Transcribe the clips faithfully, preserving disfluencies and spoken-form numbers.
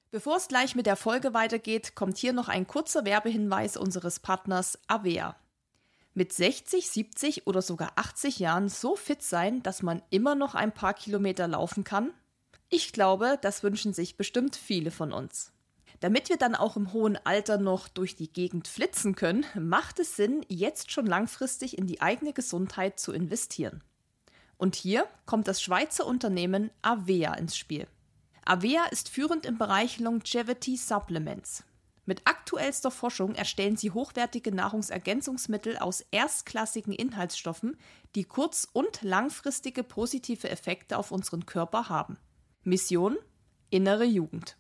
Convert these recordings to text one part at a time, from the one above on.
Bevor es gleich mit der Folge weitergeht, kommt hier noch ein kurzer Werbehinweis unseres Partners Avea. Mit sechzig, siebzig oder sogar achtzig Jahren so fit sein, dass man immer noch ein paar Kilometer laufen kann? Ich glaube, das wünschen sich bestimmt viele von uns. Damit wir dann auch im hohen Alter noch durch die Gegend flitzen können, macht es Sinn, jetzt schon langfristig in die eigene Gesundheit zu investieren. Und hier kommt das Schweizer Unternehmen Avea ins Spiel. Avea ist führend im Bereich Longevity Supplements. Mit aktuellster Forschung erstellen sie hochwertige Nahrungsergänzungsmittel aus erstklassigen Inhaltsstoffen, die kurz- und langfristige positive Effekte auf unseren Körper haben. Mission: innere Jugend.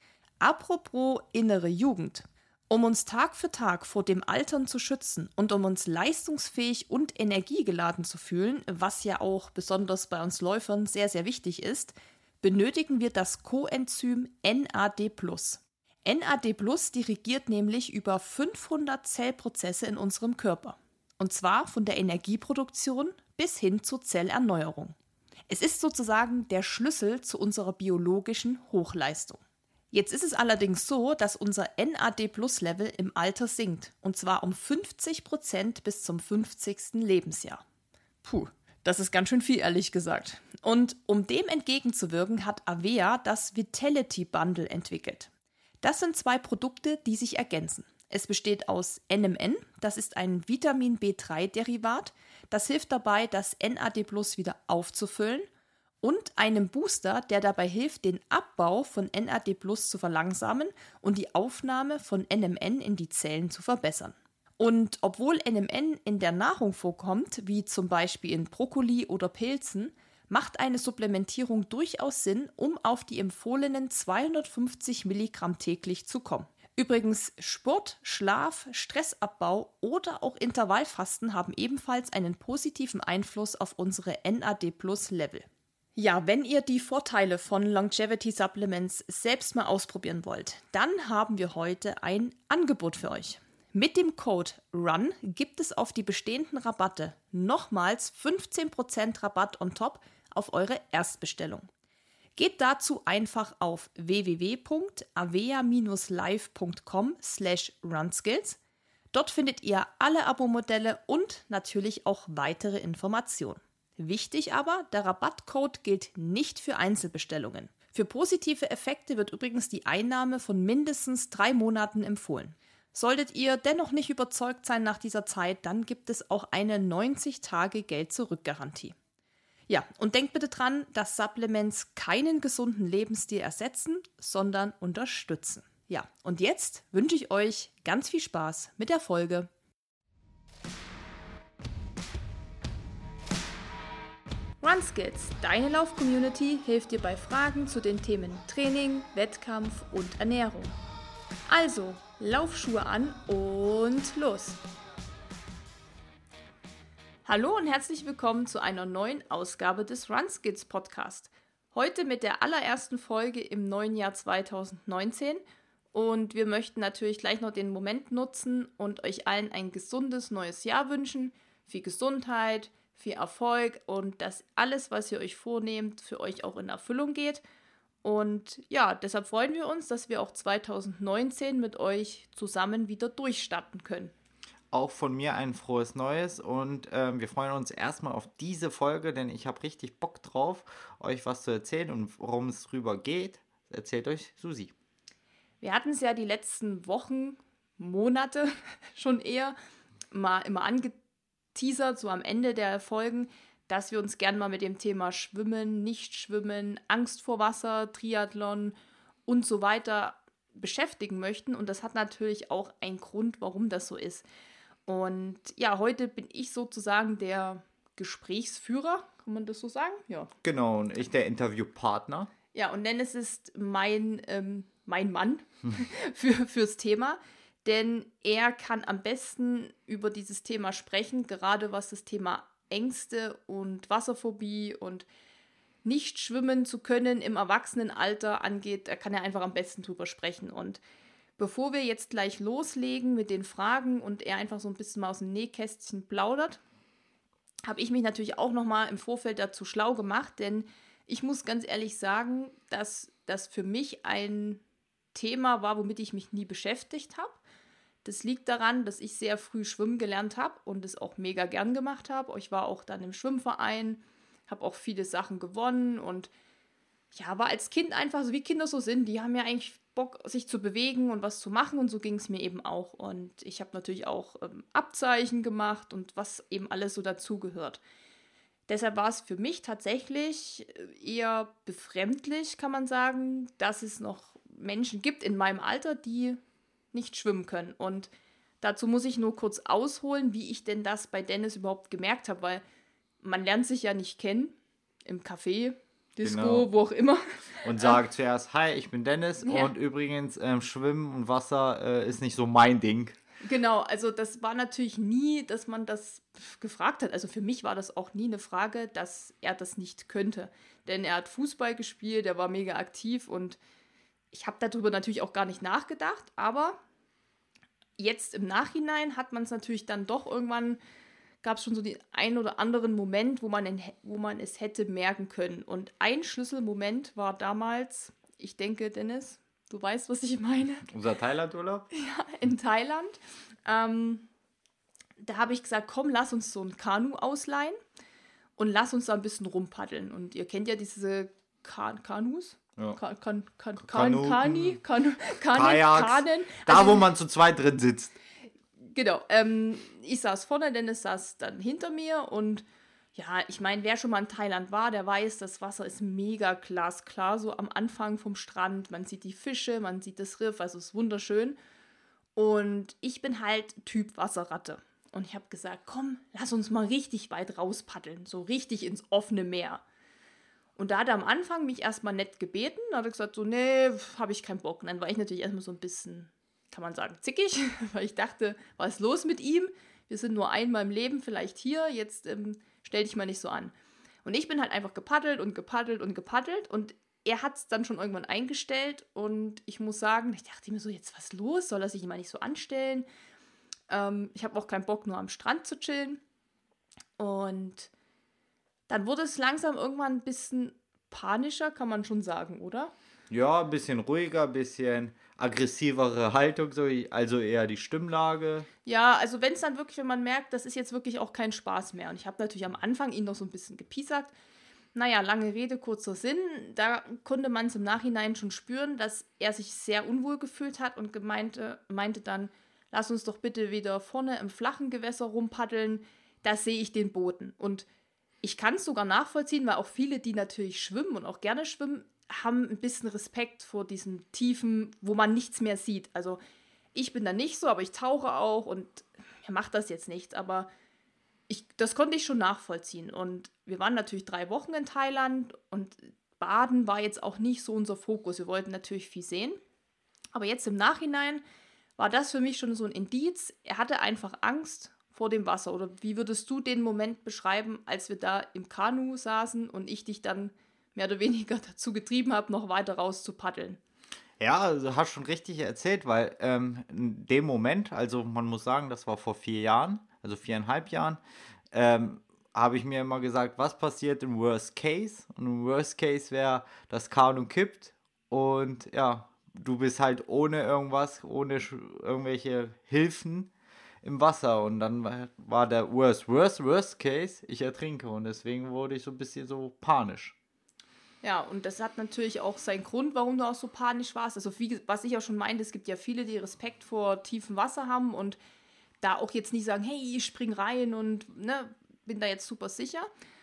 Apropos innere Jugend. Um uns Tag für Tag vor dem Altern zu schützen und um uns leistungsfähig und energiegeladen zu fühlen, was ja auch besonders bei uns Läufern sehr, sehr wichtig ist, benötigen wir das Coenzym N A D plus. N A D plus dirigiert nämlich über fünfhundert Zellprozesse in unserem Körper. Und zwar von der Energieproduktion bis hin zur Zellerneuerung. Es ist sozusagen der Schlüssel zu unserer biologischen Hochleistung. Jetzt ist es allerdings so, dass unser N A D plus Level im Alter sinkt. Und zwar um fünfzig Prozent bis zum fünfzigsten Lebensjahr. Puh. Das ist ganz schön viel, ehrlich gesagt. Und um dem entgegenzuwirken, hat Avea das Vitality Bundle entwickelt. Das sind zwei Produkte, die sich ergänzen. Es besteht aus N M N, das ist ein Vitamin B drei Derivat. Das hilft dabei, das N A D plus wieder aufzufüllen. Und einem Booster, der dabei hilft, den Abbau von N A D plus zu verlangsamen und die Aufnahme von N M N in die Zellen zu verbessern. Und obwohl N M N in der Nahrung vorkommt, wie zum Beispiel in Brokkoli oder Pilzen, macht eine Supplementierung durchaus Sinn, um auf die empfohlenen zweihundertfünfzig Milligramm täglich zu kommen. Übrigens, Sport, Schlaf, Stressabbau oder auch Intervallfasten haben ebenfalls einen positiven Einfluss auf unsere N A D plus Level. Ja, wenn ihr die Vorteile von Longevity Supplements selbst mal ausprobieren wollt, dann haben wir heute ein Angebot für euch. Mit dem Code R U N gibt es auf die bestehenden Rabatte nochmals fünfzehn Prozent Rabatt on top auf eure Erstbestellung. Geht dazu einfach auf w w w punkt avea Bindestrich live punkt com slash runskills. Dort findet ihr alle Abo-Modelle und natürlich auch weitere Informationen. Wichtig aber, der Rabattcode gilt nicht für Einzelbestellungen. Für positive Effekte wird übrigens die Einnahme von mindestens drei Monaten empfohlen. Solltet ihr dennoch nicht überzeugt sein nach dieser Zeit, dann gibt es auch eine neunzig Tage Geld-Zurück-Garantie. Ja, und denkt bitte dran, dass Supplements keinen gesunden Lebensstil ersetzen, sondern unterstützen. Ja, und jetzt wünsche ich euch ganz viel Spaß mit der Folge. RunSkills, deine Lauf-Community, hilft dir bei Fragen zu den Themen Training, Wettkampf und Ernährung. Also, Laufschuhe an und los! Hallo und herzlich willkommen zu einer neuen Ausgabe des RunSkills Podcast. Heute mit der allerersten Folge im neuen Jahr zweitausendneunzehn und wir möchten natürlich gleich noch den Moment nutzen und euch allen ein gesundes neues Jahr wünschen, viel Gesundheit, viel Erfolg und dass alles, was ihr euch vornehmt, für euch auch in Erfüllung geht. Und ja, deshalb freuen wir uns, dass wir auch zweitausendneunzehn mit euch zusammen wieder durchstarten können. Auch von mir ein frohes Neues und ähm, wir freuen uns erstmal auf diese Folge, denn ich habe richtig Bock drauf, euch was zu erzählen und worum es drüber geht. Erzählt euch Susi. Wir hatten es ja die letzten Wochen, Monate schon eher mal immer angeteasert, so am Ende der Folgen, dass wir uns gerne mal mit dem Thema Schwimmen, Nicht-Schwimmen, Angst vor Wasser, Triathlon und so weiter beschäftigen möchten. Und das hat natürlich auch einen Grund, warum das so ist. Und ja, heute bin ich sozusagen der Gesprächsführer, kann man das so sagen? Ja. Genau, und ich der Interviewpartner. Ja, und Dennis ist mein, ähm, mein Mann für, fürs Thema. Denn er kann am besten über dieses Thema sprechen, gerade was das Thema Ängste und Wasserphobie und nicht schwimmen zu können im Erwachsenenalter angeht, da kann er einfach am besten drüber sprechen. Und bevor wir jetzt gleich loslegen mit den Fragen und er einfach so ein bisschen mal aus dem Nähkästchen plaudert, habe ich mich natürlich auch nochmal im Vorfeld dazu schlau gemacht, denn ich muss ganz ehrlich sagen, dass das für mich ein Thema war, womit ich mich nie beschäftigt habe. Das liegt daran, dass ich sehr früh schwimmen gelernt habe und es auch mega gern gemacht habe. Ich war auch dann im Schwimmverein, habe auch viele Sachen gewonnen und ja, war als Kind einfach so, wie Kinder so sind. Die haben ja eigentlich Bock, sich zu bewegen und was zu machen und so ging es mir eben auch. Und ich habe natürlich auch ähm, Abzeichen gemacht und was eben alles so dazugehört. Deshalb war es für mich tatsächlich eher befremdlich, kann man sagen, dass es noch Menschen gibt in meinem Alter, die nicht schwimmen können. Und dazu muss ich nur kurz ausholen, wie ich denn das bei Dennis überhaupt gemerkt habe, weil man lernt sich ja nicht kennen im Café, Disco, genau. Wo auch immer. Und sagt zuerst, hi, ich bin Dennis ja. und übrigens ähm, Schwimmen und Wasser äh, ist nicht so mein Ding. Genau, also das war natürlich nie, dass man das gefragt hat. Also für mich war das auch nie eine Frage, dass er das nicht könnte. Denn er hat Fußball gespielt, er war mega aktiv und ich habe darüber natürlich auch gar nicht nachgedacht, aber jetzt im Nachhinein hat man es natürlich dann doch irgendwann, gab es schon so den einen oder anderen Moment, wo man, in, wo man es hätte merken können. Und ein Schlüsselmoment war damals, ich denke, Dennis, du weißt, was ich meine. Unser Thailand-Urlaub? Ja, in Thailand. Ähm, da habe ich gesagt, komm, lass uns so ein Kanu ausleihen und lass uns da ein bisschen rumpaddeln. Und ihr kennt ja diese Kan- Kanus. Ja. Kan, kan, kan, kan, Kani, kan, Kajaks, Kanen. da Also, wo man zu zweit drin sitzt. Genau, ähm, ich saß vorne, Dennis saß dann hinter mir und ja, ich meine, wer schon mal in Thailand war, der weiß, das Wasser ist mega glasklar, so am Anfang vom Strand, man sieht die Fische, man sieht das Riff, also es ist wunderschön und ich bin halt Typ Wasserratte und ich habe gesagt, komm, lass uns mal richtig weit rauspaddeln, so richtig ins offene Meer. Und da hat er am Anfang mich erstmal nett gebeten, da hat er gesagt, so, nee, habe ich keinen Bock. Und dann war ich natürlich erstmal so ein bisschen, kann man sagen, zickig, weil ich dachte, was ist los mit ihm? Wir sind nur einmal im Leben vielleicht hier, jetzt ähm, stell dich mal nicht so an. Und ich bin halt einfach gepaddelt und gepaddelt und gepaddelt und er hat es dann schon irgendwann eingestellt und ich muss sagen, ich dachte mir so, jetzt was los? Soll er sich immer nicht so anstellen? Ähm, ich habe auch keinen Bock, nur am Strand zu chillen. Und dann wurde es langsam irgendwann ein bisschen panischer, kann man schon sagen, oder? Ja, ein bisschen ruhiger, ein bisschen aggressivere Haltung, so, also eher die Stimmlage. Ja, also wenn es dann wirklich, wenn man merkt, das ist jetzt wirklich auch kein Spaß mehr. Und ich habe natürlich am Anfang ihn noch so ein bisschen gepiesackt. Naja, lange Rede, kurzer Sinn. Da konnte man es im Nachhinein schon spüren, dass er sich sehr unwohl gefühlt hat und gemeinte, meinte dann, lass uns doch bitte wieder vorne im flachen Gewässer rumpaddeln, da sehe ich den Boden. Und ich kann es sogar nachvollziehen, weil auch viele, die natürlich schwimmen und auch gerne schwimmen, haben ein bisschen Respekt vor diesen Tiefen, wo man nichts mehr sieht. Also ich bin da nicht so, aber ich tauche auch und mir macht das jetzt nichts. Aber ich, das konnte ich schon nachvollziehen. Und wir waren natürlich drei Wochen in Thailand und Baden war jetzt auch nicht so unser Fokus. Wir wollten natürlich viel sehen. Aber jetzt im Nachhinein war das für mich schon so ein Indiz. Er hatte einfach Angst vor dem Wasser. Oder wie würdest du den Moment beschreiben, als wir da im Kanu saßen und ich dich dann mehr oder weniger dazu getrieben habe, noch weiter raus zu paddeln? Ja, also du hast schon richtig erzählt, weil ähm, in dem Moment, also man muss sagen, das war vor vier Jahren, also viereinhalb Jahren, ähm, habe ich mir immer gesagt, was passiert im Worst Case? Und im Worst Case wäre, das Kanu kippt und ja, du bist halt ohne irgendwas, ohne sch- irgendwelche Hilfen im Wasser und dann war der Worst, Worst, Worst Case, ich ertrinke und deswegen wurde ich so ein bisschen so panisch. Ja, und das hat natürlich auch seinen Grund, warum du auch so panisch warst. Also wie, was ich auch schon meinte, es gibt ja viele, die Respekt vor tiefem Wasser haben und da auch jetzt nicht sagen, hey, ich spring rein und ne, bin da jetzt super sicher.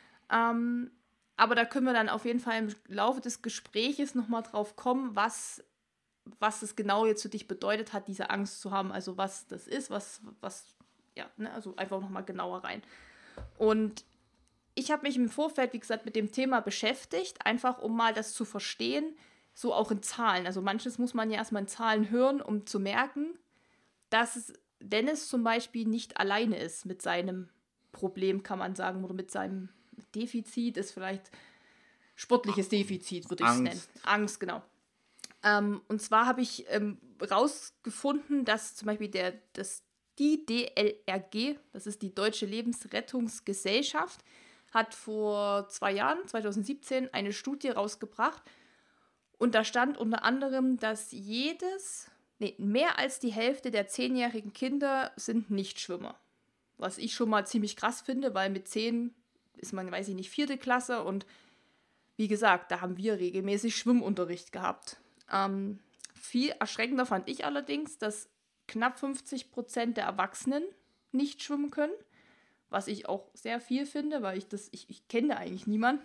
Ähm, aber da können wir dann auf jeden Fall im Laufe des Gespräches nochmal drauf kommen, was, was es genau jetzt für dich bedeutet hat, diese Angst zu haben. Also was das ist, was, was, ja, ne, also einfach nochmal genauer rein. Und ich habe mich im Vorfeld, wie gesagt, mit dem Thema beschäftigt, einfach um mal das zu verstehen, so auch in Zahlen. Also manches muss man ja erstmal in Zahlen hören, um zu merken, dass es Dennis zum Beispiel nicht alleine ist mit seinem Problem, kann man sagen, oder mit seinem Defizit, ist vielleicht sportliches Defizit, würde ich es nennen. Angst, genau. Ähm, und zwar habe ich ähm, rausgefunden, dass zum Beispiel der, das, die D L R G, das ist die Deutsche Lebensrettungsgesellschaft, hat vor zwei Jahren, zwanzig siebzehn, eine Studie rausgebracht Und da stand unter anderem, dass jedes, nee, mehr als die Hälfte der zehnjährigen Kinder sind Nichtschwimmer. Was ich schon mal ziemlich krass finde, weil mit zehn ist man, weiß ich nicht, vierte Klasse und wie gesagt, da haben wir regelmäßig Schwimmunterricht gehabt. Ähm, viel erschreckender fand ich allerdings, dass knapp fünfzig Prozent der Erwachsenen nicht schwimmen können, was ich auch sehr viel finde, weil ich das, ich, ich kenne eigentlich niemanden.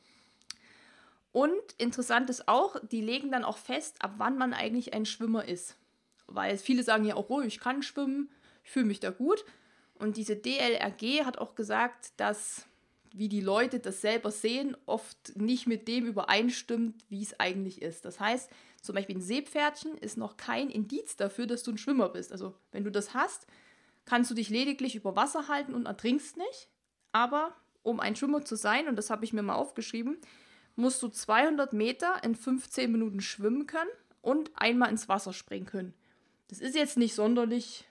Und interessant ist auch, die legen dann auch fest, ab wann man eigentlich ein Schwimmer ist. Weil viele sagen ja auch, oh, ich kann schwimmen, ich fühle mich da gut. Und diese D L R G hat auch gesagt, dass, wie die Leute das selber sehen, oft nicht mit dem übereinstimmt, wie es eigentlich ist. Das heißt, zum Beispiel ein Seepferdchen ist noch kein Indiz dafür, dass du ein Schwimmer bist. Also wenn du das hast, kannst du dich lediglich über Wasser halten und ertrinkst nicht. Aber um ein Schwimmer zu sein, und das habe ich mir mal aufgeschrieben, musst du zweihundert Meter in fünfzehn Minuten schwimmen können und einmal ins Wasser springen können. Das ist jetzt nicht sonderlich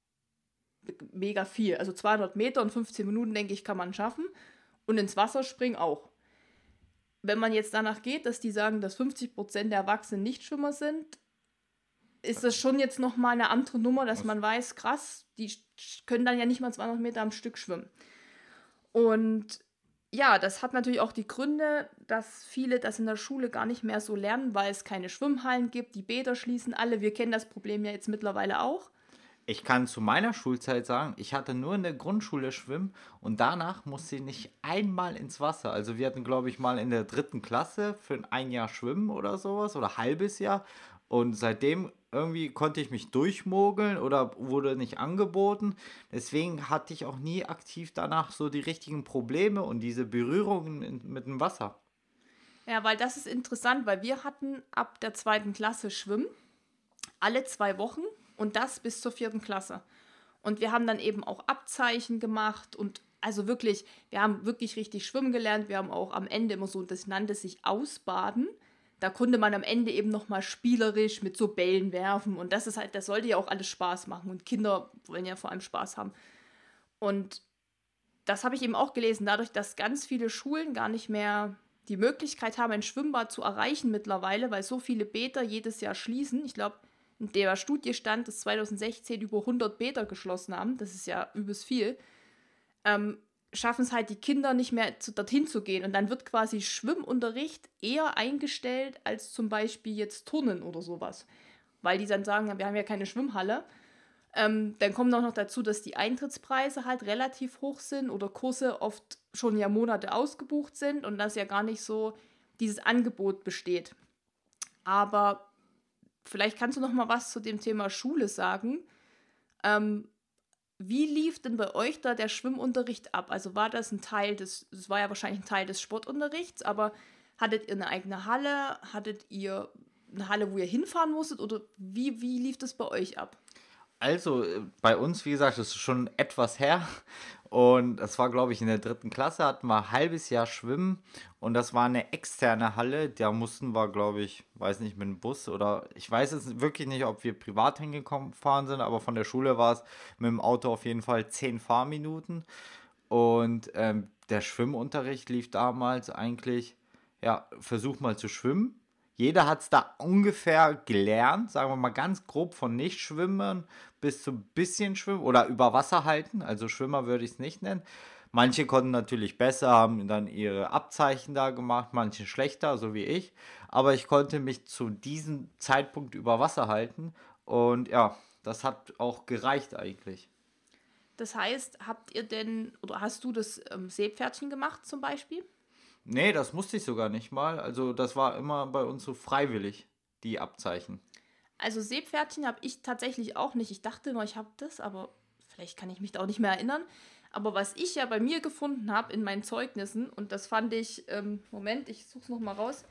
mega viel. Also zweihundert Meter und fünfzehn Minuten, denke ich, kann man schaffen. Und ins Wasser springen auch. Wenn man jetzt danach geht, dass die sagen, dass fünfzig Prozent der Erwachsenen Nichtschwimmer sind, ist das schon jetzt nochmal eine andere Nummer, dass man weiß, krass, die können dann ja nicht mal zweihundert Meter am Stück schwimmen. Und ja, das hat natürlich auch die Gründe, dass viele das in der Schule gar nicht mehr so lernen, weil es keine Schwimmhallen gibt, die Bäder schließen alle. Wir kennen das Problem ja jetzt mittlerweile auch. Ich kann zu meiner Schulzeit sagen, ich hatte nur in der Grundschule schwimmen und danach musste ich nicht einmal ins Wasser. Also wir hatten, glaube ich, mal in der dritten Klasse für ein Jahr schwimmen oder sowas oder halbes Jahr. Und seitdem irgendwie konnte ich mich durchmogeln oder wurde nicht angeboten. Deswegen hatte ich auch nie aktiv danach so die richtigen Probleme und diese Berührungen in, mit dem Wasser. Ja, weil das ist interessant, weil wir hatten ab der zweiten Klasse Schwimmen, alle zwei Wochen und das bis zur vierten Klasse. Und wir haben dann eben auch Abzeichen gemacht und also wirklich, wir haben wirklich richtig schwimmen gelernt. Wir haben auch am Ende immer so, das nannte sich Ausbaden. Da konnte man am Ende eben nochmal spielerisch mit so Bällen werfen. Und das ist halt, das sollte ja auch alles Spaß machen. Und Kinder wollen ja vor allem Spaß haben. Und das habe ich eben auch gelesen, dadurch, dass ganz viele Schulen gar nicht mehr die Möglichkeit haben, ein Schwimmbad zu erreichen mittlerweile, weil so viele Bäder jedes Jahr schließen. Ich glaube, in der Studie stand, dass zwanzig sechzehn über hundert Bäder geschlossen haben. Das ist ja übelst viel. Ähm, schaffen es halt die Kinder nicht mehr zu, dorthin zu gehen. Und dann wird quasi Schwimmunterricht eher eingestellt als zum Beispiel jetzt Turnen oder sowas. Weil die dann sagen, ja, wir haben ja keine Schwimmhalle. Ähm, dann kommt auch noch dazu, dass die Eintrittspreise halt relativ hoch sind oder Kurse oft schon ja Monate ausgebucht sind und dass ja gar nicht so dieses Angebot besteht. Aber vielleicht kannst du noch mal was zu dem Thema Schule sagen. Ähm, Wie lief denn bei euch da der Schwimmunterricht ab? Also war das ein Teil des, das war ja wahrscheinlich ein Teil des Sportunterrichts, aber hattet ihr eine eigene Halle? Hattet ihr eine Halle, wo ihr hinfahren musstet? Oder wie, wie lief das bei euch ab? Also äh, bei uns, wie gesagt, das ist schon etwas her. Und das war, glaube ich, in der dritten Klasse, hatten wir ein halbes Jahr Schwimmen. Und das war eine externe Halle. Da mussten wir, glaube ich, weiß nicht, mit dem Bus oder ich weiß jetzt wirklich nicht, ob wir privat hingefahren sind, aber von der Schule war es mit dem Auto auf jeden Fall zehn Fahrminuten. Und ähm, der Schwimmunterricht lief damals eigentlich, ja, versuch mal zu schwimmen. Jeder hat es da ungefähr gelernt, sagen wir mal ganz grob von nicht schwimmen bis zu bisschen schwimmen oder über Wasser halten. Also Schwimmer würde ich es nicht nennen. Manche konnten natürlich besser, haben dann ihre Abzeichen da gemacht, manche schlechter, so wie ich. Aber ich konnte mich zu diesem Zeitpunkt über Wasser halten und ja, das hat auch gereicht eigentlich. Das heißt, habt ihr denn, oder hast du das ähm, Seepferdchen gemacht zum Beispiel? Nee, das musste ich sogar nicht mal. Also das war immer bei uns so freiwillig, die Abzeichen. Also Seepferdchen habe ich tatsächlich auch nicht. Ich dachte immer, ich habe das, aber vielleicht kann ich mich da auch nicht mehr erinnern. Aber was ich ja bei mir gefunden habe in meinen Zeugnissen, und das fand ich, ähm, Moment, ich suche es nochmal raus.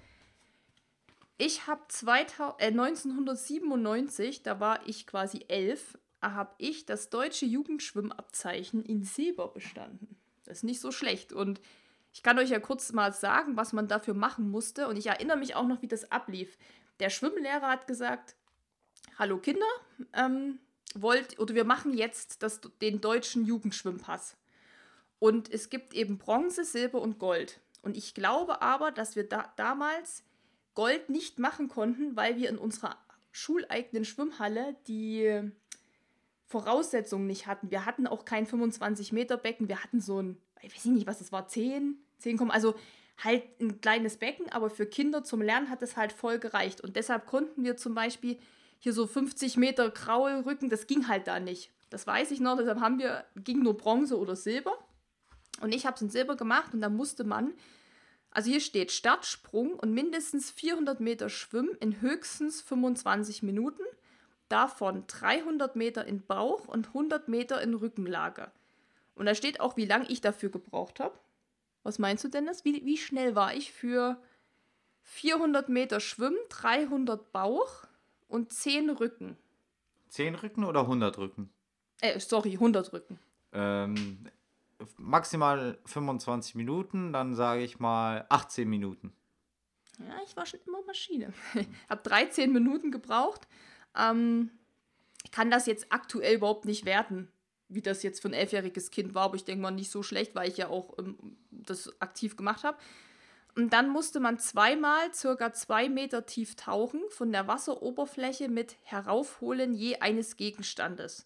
Ich habe äh, neunzehnhundertsiebenundneunzig, da war ich quasi elf, habe ich das deutsche Jugendschwimmabzeichen in Silber bestanden. Das ist nicht so schlecht. Und ich kann euch ja kurz mal sagen, was man dafür machen musste. Und ich erinnere mich auch noch, wie das ablief. Der Schwimmlehrer hat gesagt, hallo Kinder, ähm, wollt, oder wir machen jetzt das, den deutschen Jugendschwimmpass. Und es gibt eben Bronze, Silber und Gold. Und ich glaube aber, dass wir da, damals Gold nicht machen konnten, weil wir in unserer schuleigenen Schwimmhalle die Voraussetzungen nicht hatten. Wir hatten auch kein fünfundzwanzig Meter Becken, wir hatten so ein, ich weiß nicht, was das war, zehn, zehn, also halt ein kleines Becken, aber für Kinder zum Lernen hat es halt voll gereicht. Und deshalb konnten wir zum Beispiel hier so fünfzig Meter Kraulrücken, das ging halt da nicht. Das weiß ich noch, deshalb haben wir, ging nur Bronze oder Silber. Und ich habe es in Silber gemacht und da musste man, also hier steht Startsprung und mindestens vierhundert Meter Schwimmen in höchstens fünfundzwanzig Minuten, davon dreihundert Meter in Bauch und hundert Meter in Rückenlage. Und da steht auch, wie lange ich dafür gebraucht habe. Was meinst du, Dennis? Wie, wie schnell war ich für vierhundert Meter Schwimmen, dreihundert Bauch und zehn Rücken? zehn Rücken oder hundert Rücken? Äh, sorry, hundert Rücken. Ähm, maximal fünfundzwanzig Minuten, dann sage ich mal achtzehn Minuten. Ja, ich war schon immer Maschine. Ich habe dreizehn Minuten gebraucht. Ähm, ich kann das jetzt aktuell überhaupt nicht werten, wie das jetzt für ein elfjähriges Kind war, aber ich denke mal nicht so schlecht, weil ich ja auch ähm, das aktiv gemacht habe. Und dann musste man zweimal circa zwei Meter tief tauchen von der Wasseroberfläche mit Heraufholen je eines Gegenstandes.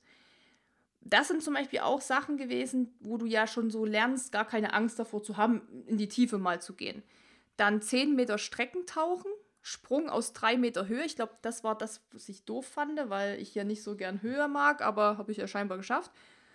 Das sind zum Beispiel auch Sachen gewesen, wo du ja schon so lernst, gar keine Angst davor zu haben, in die Tiefe mal zu gehen. Dann zehn Meter Streckentauchen, Sprung aus drei Meter Höhe. Ich glaube, das war das, was ich doof fand, weil ich ja nicht so gern Höhe mag, aber habe ich ja scheinbar geschafft.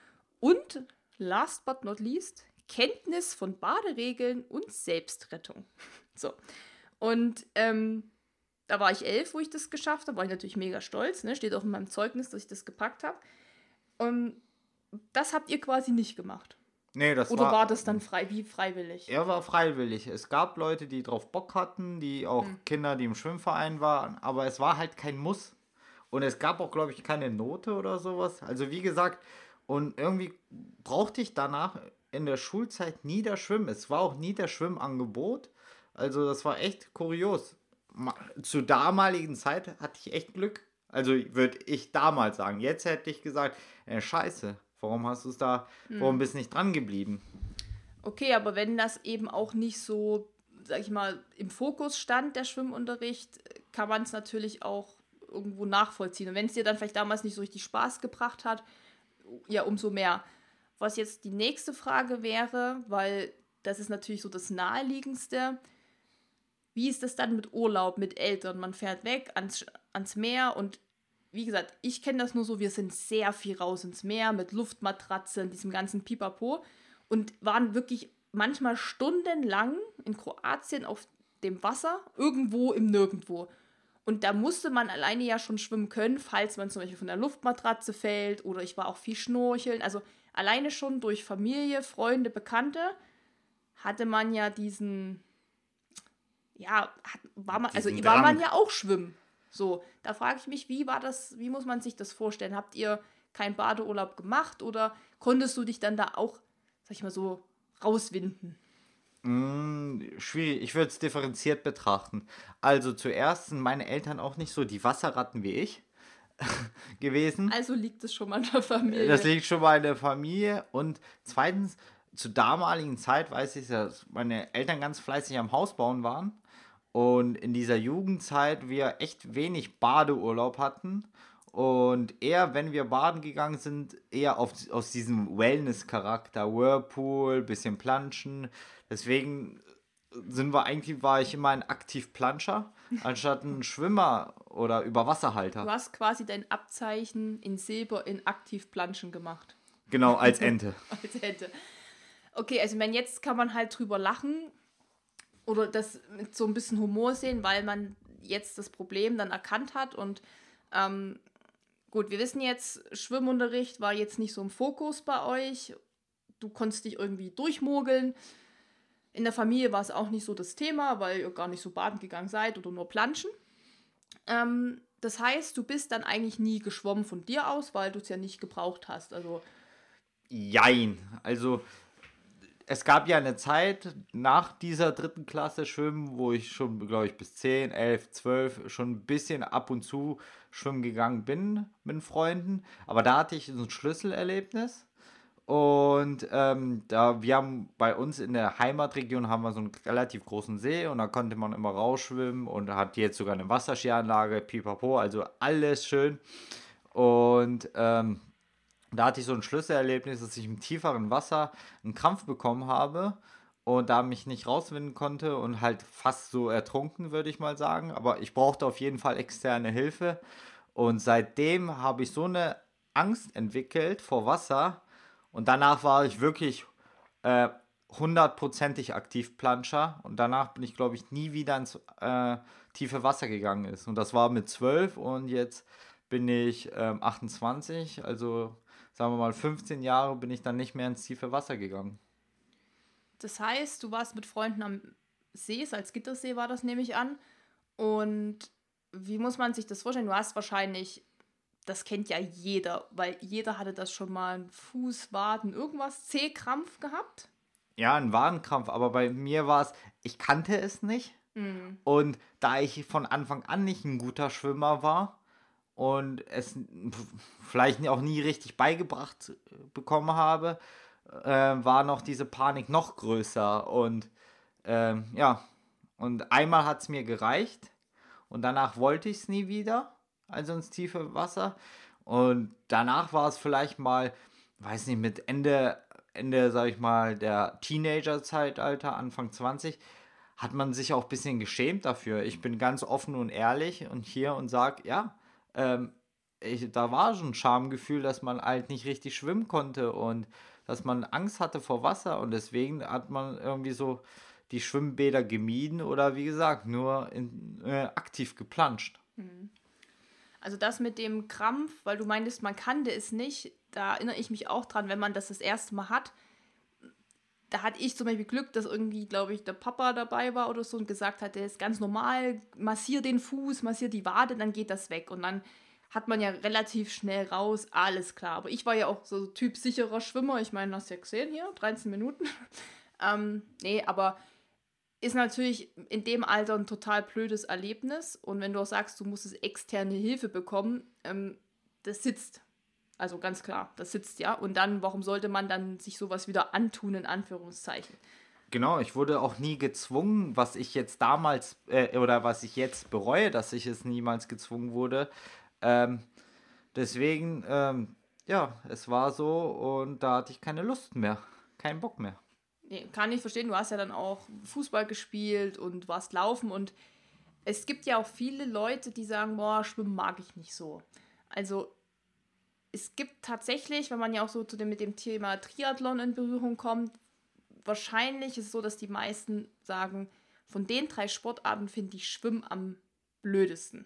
Und last but not least, Kenntnis von Baderegeln und Selbstrettung. So. Und ähm, da war ich elf, wo ich das geschafft habe. War ich natürlich mega stolz. Ne? Steht auch in meinem Zeugnis, dass ich das gepackt habe. Und das habt ihr quasi nicht gemacht. Nee, das Oder war, war das dann frei, wie freiwillig? Er war freiwillig. Es gab Leute, die drauf Bock hatten, die auch hm. Kinder, die im Schwimmverein waren, aber es war halt kein Muss. Und es gab auch, glaube ich, keine Note oder sowas. Also wie gesagt, und irgendwie brauchte ich danach in der Schulzeit nie das Schwimmen. Es war auch nie das Schwimmangebot. Also das war echt kurios. Zur damaligen Zeit hatte ich echt Glück. Also würde ich damals sagen. Jetzt hätte ich gesagt, äh, scheiße, warum hast du es da, hm. warum bist du nicht dran geblieben? Okay, aber wenn das eben auch nicht so, sag ich mal, im Fokus stand, der Schwimmunterricht, kann man es natürlich auch irgendwo nachvollziehen. Und wenn es dir dann vielleicht damals nicht so richtig Spaß gebracht hat, ja, umso mehr. Was jetzt die nächste Frage wäre, weil das ist natürlich so das Naheliegendste, wie ist das dann mit Urlaub, mit Eltern? Man fährt weg ans, ans Meer und wie gesagt, ich kenne das nur so, wir sind sehr viel raus ins Meer mit Luftmatratze und diesem ganzen Pipapo und waren wirklich manchmal stundenlang in Kroatien auf dem Wasser, irgendwo im Nirgendwo. Und da musste man alleine ja schon schwimmen können, falls man zum Beispiel von der Luftmatratze fällt oder ich war auch viel schnorcheln. Also alleine schon durch Familie, Freunde, Bekannte hatte man ja diesen, ja, hat, war man, also war man ja auch schwimmen. So, da frage ich mich, wie war das, wie muss man sich das vorstellen? Habt ihr keinen Badeurlaub gemacht oder konntest du dich dann da auch, sag ich mal so, rauswinden? Mm, schwierig, ich würde es differenziert betrachten. Also zuerst sind meine Eltern auch nicht so die Wasserratten wie ich gewesen. Also liegt es schon mal in der Familie. Das liegt schon mal in der Familie. Und zweitens, zur damaligen Zeit weiß ich, dass meine Eltern ganz fleißig am Haus bauen waren. Und in dieser Jugendzeit wir echt wenig Badeurlaub hatten. Und eher, wenn wir baden gegangen sind, eher auf, aus diesem Wellness-Charakter. Whirlpool, bisschen Planschen. Deswegen sind wir eigentlich, war ich immer ein Aktiv-Planscher, anstatt ein Schwimmer oder Überwasserhalter. Du hast quasi dein Abzeichen in Silber in Aktiv-Planschen gemacht. Genau, als Ente. Als Ente. Okay, also ich meine, jetzt kann man halt drüber lachen oder das mit so ein bisschen Humor sehen, weil man jetzt das Problem dann erkannt hat und ähm, gut, wir wissen jetzt, Schwimmunterricht war jetzt nicht so im Fokus bei euch. Du konntest dich irgendwie durchmogeln. In der Familie war es auch nicht so das Thema, weil ihr gar nicht so baden gegangen seid oder nur planschen. Ähm, das heißt, du bist dann eigentlich nie geschwommen von dir aus, weil du es ja nicht gebraucht hast. Also Jein. Also es gab ja eine Zeit nach dieser dritten Klasse Schwimmen, wo ich schon, glaube ich, bis zehn, elf, zwölf schon ein bisschen ab und zu schwimmen gegangen bin mit Freunden. Aber da hatte ich so ein Schlüsselerlebnis. Und ähm, da wir haben bei uns in der Heimatregion haben wir so einen relativ großen See und da konnte man immer rausschwimmen und hat jetzt sogar eine Wasserskianlage, pipapo, also alles schön. Und ähm, da hatte ich so ein Schlüsselerlebnis, dass ich im tieferen Wasser einen Krampf bekommen habe und da mich nicht rauswinden konnte und halt fast so ertrunken, würde ich mal sagen. Aber ich brauchte auf jeden Fall externe Hilfe. Und seitdem habe ich so eine Angst entwickelt vor Wasser. Und danach war ich wirklich äh, hundertprozentig Aktivplanscher. Und danach bin ich, glaube ich, nie wieder ins äh, tiefe Wasser gegangen ist. Und das war mit zwölf und jetzt bin ich ähm, achtundzwanzig. Also sagen wir mal fünfzehn Jahre bin ich dann nicht mehr ins tiefe Wasser gegangen. Das heißt, du warst mit Freunden am See, Salzgittersee war das, nehme ich an. Und wie muss man sich das vorstellen? Du hast wahrscheinlich, das kennt ja jeder, weil jeder hatte das schon mal, einen Fuß, Waden, irgendwas, C-Krampf gehabt. Ja, ein Wadenkrampf, aber bei mir war es, ich kannte es nicht. Mhm. Und da ich von Anfang an nicht ein guter Schwimmer war und es vielleicht auch nie richtig beigebracht bekommen habe, äh, war noch diese Panik noch größer. Und ähm, ja, und einmal hat es mir gereicht und danach wollte ich es nie wieder, also ins tiefe Wasser. Und danach war es vielleicht mal, weiß nicht, mit Ende, Ende, sag ich mal, der Teenager-Zeitalter, Anfang zwanzig, hat man sich auch ein bisschen geschämt dafür. Ich bin ganz offen und ehrlich und hier und sage, ja, ähm, ich, da war schon ein Schamgefühl, dass man halt nicht richtig schwimmen konnte und dass man Angst hatte vor Wasser und deswegen hat man irgendwie so die Schwimmbäder gemieden oder wie gesagt, nur in, äh, aktiv geplanscht. Also das mit dem Krampf, weil du meintest, man kannte es nicht, da erinnere ich mich auch dran, wenn man das das erste Mal hat. Da hatte ich zum Beispiel Glück, dass irgendwie, glaube ich, der Papa dabei war oder so und gesagt hat, der ist ganz normal, massier den Fuß, massier die Wade, dann geht das weg. Und dann hat man ja relativ schnell raus, alles klar. Aber ich war ja auch so Typ sicherer Schwimmer. Ich meine, hast du ja gesehen hier, dreizehn Minuten. ähm, nee, aber ist natürlich in dem Alter ein total blödes Erlebnis. Und wenn du auch sagst, du musstest externe Hilfe bekommen, ähm, das sitzt. Also ganz klar, das sitzt ja. Und dann, warum sollte man dann sich sowas wieder antun, in Anführungszeichen? Genau, ich wurde auch nie gezwungen, was ich jetzt damals äh, oder was ich jetzt bereue, dass ich es niemals gezwungen wurde. Ähm, deswegen, ähm, ja, es war so und da hatte ich keine Lust mehr, keinen Bock mehr. Nee, kann ich verstehen, du hast ja dann auch Fußball gespielt und warst laufen. Und es gibt ja auch viele Leute, die sagen, boah, Schwimmen mag ich nicht so. Also es gibt tatsächlich, wenn man ja auch so zu dem, mit dem Thema Triathlon in Berührung kommt, wahrscheinlich ist es so, dass die meisten sagen, von den drei Sportarten finde ich Schwimmen am blödesten.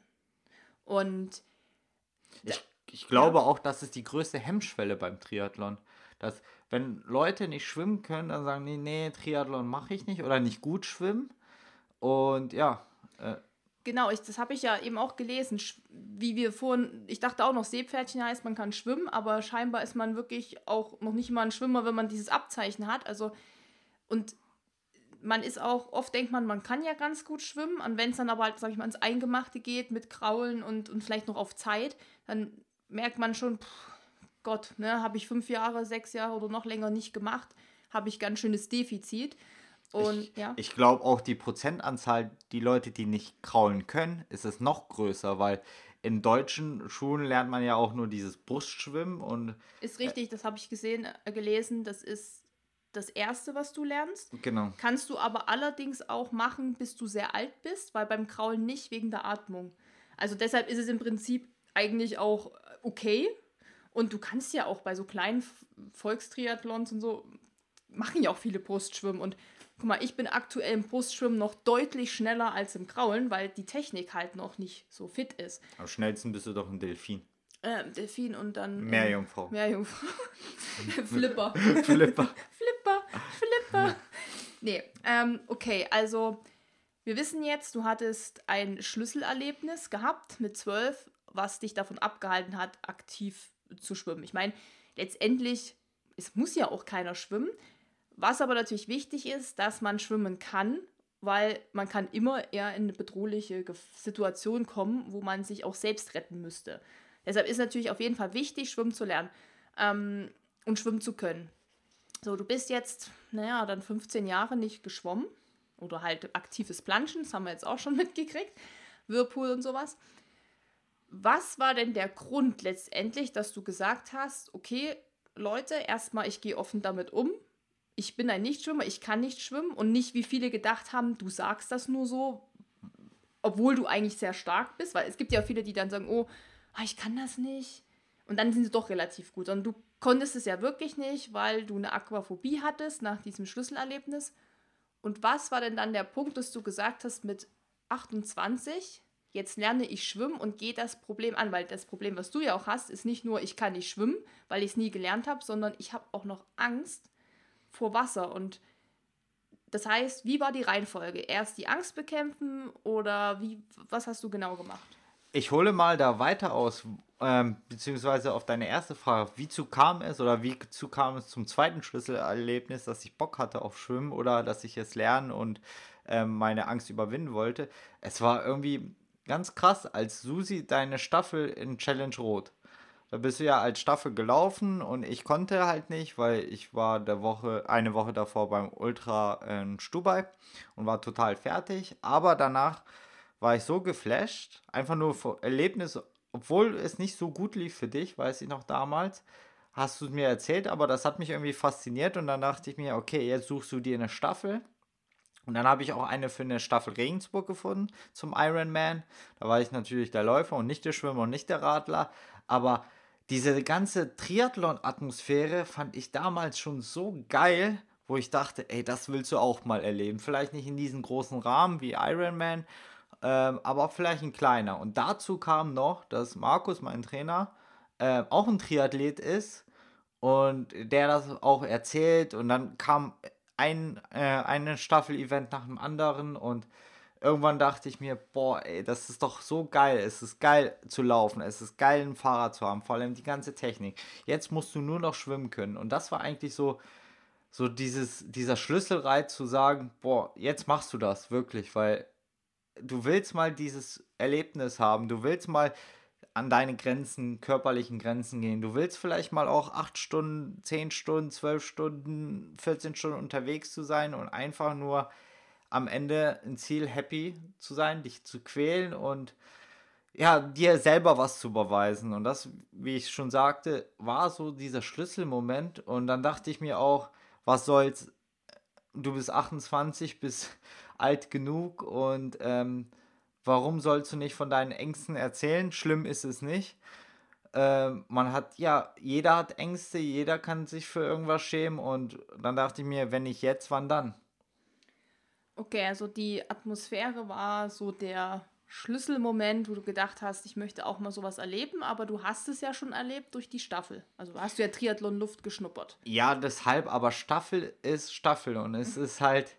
Und Ich, ich glaube auch, das ist die größte Hemmschwelle beim Triathlon. Dass, wenn Leute nicht schwimmen können, dann sagen die, nee, Triathlon mache ich nicht oder nicht gut schwimmen. Und ja, äh, genau, ich, das habe ich ja eben auch gelesen, sch- wie wir vorhin, ich dachte auch noch, Seepferdchen heißt, man kann schwimmen, aber scheinbar ist man wirklich auch noch nicht mal ein Schwimmer, wenn man dieses Abzeichen hat. Also, und man ist auch, oft denkt man, man kann ja ganz gut schwimmen, und wenn es dann aber halt, sag ich mal, ins Eingemachte geht mit Kraulen und, und vielleicht noch auf Zeit, dann merkt man schon, pff, Gott, ne, habe ich fünf Jahre, sechs Jahre oder noch länger nicht gemacht, habe ich ganz schönes Defizit. Und ich, ja, ich glaube auch die Prozentanzahl, die Leute, die nicht kraulen können, ist es noch größer, weil in deutschen Schulen lernt man ja auch nur dieses Brustschwimmen und ist richtig, das habe ich gesehen, äh, gelesen, das ist das Erste, was du lernst. genau. Kannst du aber allerdings auch machen, bis du sehr alt bist, weil beim Kraulen nicht wegen der Atmung. Also deshalb ist es im Prinzip eigentlich auch okay. Und du kannst ja auch bei so kleinen F- Volkstriathlons und so, machen ja auch viele Brustschwimmen. Und guck mal, ich bin aktuell im Brustschwimmen noch deutlich schneller als im Kraulen, weil die Technik halt noch nicht so fit ist. Am schnellsten bist du doch ein Delfin. Ähm, Delfin und dann... Meerjungfrau. Ähm, Meerjungfrau. Flipper. Flipper. Flipper, Flipper. Nee, ähm, okay, also wir wissen jetzt, du hattest ein Schlüsselerlebnis gehabt mit zwölf, was dich davon abgehalten hat, aktiv zu schwimmen. Ich meine, letztendlich, es muss ja auch keiner schwimmen. Was aber natürlich wichtig ist, dass man schwimmen kann, weil man kann immer eher in eine bedrohliche Gef- Situation kommen, wo man sich auch selbst retten müsste. Deshalb ist natürlich auf jeden Fall wichtig, schwimmen zu lernen. Ähm, und schwimmen zu können. So, du bist jetzt, naja, dann fünfzehn Jahre nicht geschwommen oder halt aktives Planschen, das haben wir jetzt auch schon mitgekriegt, Whirlpool und sowas. Was war denn der Grund letztendlich, dass du gesagt hast, okay, Leute, erstmal, ich gehe offen damit um, ich bin ein Nichtschwimmer, ich kann nicht schwimmen und nicht, wie viele gedacht haben, du sagst das nur so, obwohl du eigentlich sehr stark bist, weil es gibt ja viele, die dann sagen, oh, ich kann das nicht und dann sind sie doch relativ gut und du konntest es ja wirklich nicht, weil du eine Aquaphobie hattest nach diesem Schlüsselerlebnis. Und was war denn dann der Punkt, dass du gesagt hast mit achtundzwanzig, jetzt lerne ich schwimmen und gehe das Problem an, weil das Problem, was du ja auch hast, ist nicht nur, ich kann nicht schwimmen, weil ich es nie gelernt habe, sondern ich habe auch noch Angst vor Wasser. Und das heißt, wie war die Reihenfolge? Erst die Angst bekämpfen oder wie, was hast du genau gemacht? Ich hole mal da weiter aus, ähm, beziehungsweise auf deine erste Frage, wie zu kam es oder wie zu kam es zum zweiten Schlüsselerlebnis, dass ich Bock hatte auf Schwimmen oder dass ich es lernen und ähm, meine Angst überwinden wollte. Es war irgendwie ganz krass, als Susi deine Staffel in Challenge Rot. Da bist du ja als Staffel gelaufen und ich konnte halt nicht, weil ich war der Woche, eine Woche davor beim Ultra in Stubai und war total fertig. Aber danach war ich so geflasht, einfach nur vor Erlebnis, obwohl es nicht so gut lief für dich, weiß ich noch damals, hast du es mir erzählt, aber das hat mich irgendwie fasziniert und dann dachte ich mir, okay, jetzt suchst du dir eine Staffel. Und dann habe ich auch eine für eine Staffel Regensburg gefunden zum Ironman. Da war ich natürlich der Läufer und nicht der Schwimmer und nicht der Radler. Aber diese ganze Triathlon-Atmosphäre fand ich damals schon so geil, wo ich dachte, ey, das willst du auch mal erleben. Vielleicht nicht in diesem großen Rahmen wie Ironman, ähm, aber vielleicht ein kleiner. Und dazu kam noch, dass Markus, mein Trainer, äh, auch ein Triathlet ist und der das auch erzählt. Und dann kam ein, äh, ein Staffel-Event nach dem anderen und irgendwann dachte ich mir, boah, ey, das ist doch so geil. Es ist geil zu laufen, es ist geil, ein Fahrrad zu haben, vor allem die ganze Technik. Jetzt musst du nur noch schwimmen können. Und das war eigentlich so, so dieses, dieser Schlüsselreiz zu sagen, boah, jetzt machst du das wirklich, weil du willst mal dieses Erlebnis haben, du willst mal an deine Grenzen, körperlichen Grenzen gehen. Du willst vielleicht mal auch acht Stunden, zehn Stunden, zwölf Stunden, vierzehn Stunden unterwegs zu sein und einfach nur am Ende ein Ziel happy zu sein, dich zu quälen und ja, dir selber was zu beweisen. Und das, wie ich schon sagte, war so dieser Schlüsselmoment. Und dann dachte ich mir auch, was soll's, du bist achtundzwanzig, bist alt genug und ähm, warum sollst du nicht von deinen Ängsten erzählen? Schlimm ist es nicht. Ähm, man hat, ja, jeder hat Ängste, jeder kann sich für irgendwas schämen und dann dachte ich mir, wenn nicht jetzt, wann dann? Okay, also die Atmosphäre war so der Schlüsselmoment, wo du gedacht hast, ich möchte auch mal sowas erleben, aber du hast es ja schon erlebt durch die Staffel. Also hast du ja Triathlon-Luft geschnuppert. Ja, deshalb, aber Staffel ist Staffel und es ist halt,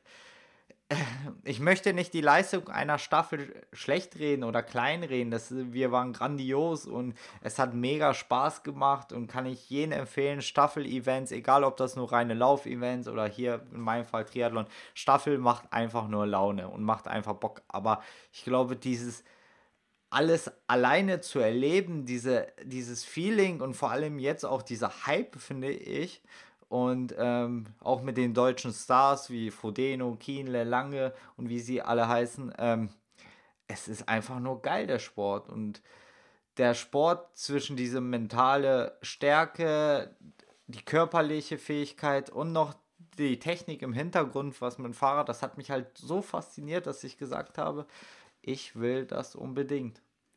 ich möchte nicht die Leistung einer Staffel schlecht reden oder kleinreden. Das, wir waren grandios und es hat mega Spaß gemacht und kann ich jedem empfehlen, Staffel-Events, egal ob das nur reine Lauf-Events oder hier in meinem Fall Triathlon, Staffel macht einfach nur Laune und macht einfach Bock. Aber ich glaube, dieses alles alleine zu erleben, diese, dieses Feeling und vor allem jetzt auch dieser Hype, finde ich, und ähm, auch mit den deutschen Stars wie Frodeno, Kienle, Lange und wie sie alle heißen, ähm, es ist einfach nur geil, der Sport. Und der Sport zwischen diese mentale Stärke, die körperliche Fähigkeit und noch die Technik im Hintergrund, was mit dem Fahrrad, das hat mich halt so fasziniert, dass ich gesagt habe, ich will das unbedingt.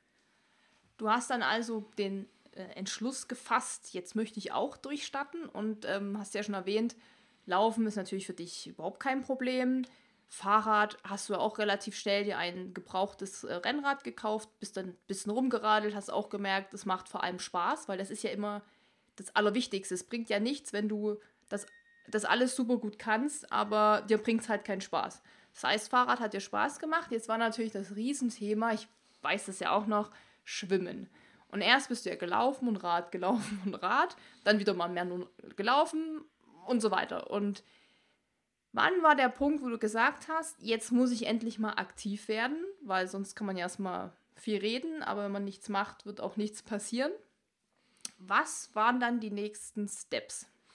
Du hast dann also den äh, Entschluss gefasst, jetzt möchte ich auch durchstarten und ähm, hast ja schon erwähnt, Laufen ist natürlich für dich überhaupt kein Problem. Fahrrad hast du ja auch relativ schnell dir ein gebrauchtes äh, Rennrad gekauft, bist dann ein bisschen rumgeradelt, hast auch gemerkt, es macht vor allem Spaß, weil das ist ja immer das Allerwichtigste. Es bringt ja nichts, wenn du das, das alles super gut kannst, aber dir bringt es halt keinen Spaß. Das heißt, Fahrrad hat dir Spaß gemacht. Jetzt war natürlich das Riesenthema, ich weiß das ja auch noch, Schwimmen. Und erst bist du ja gelaufen und Rad, gelaufen und Rad, dann wieder mal mehr nur gelaufen und so weiter. Und wann war der Punkt, wo du gesagt hast, jetzt muss ich endlich mal aktiv werden, weil sonst kann man ja erstmal viel reden, aber wenn man nichts macht, wird auch nichts passieren. Was waren dann die nächsten Steps?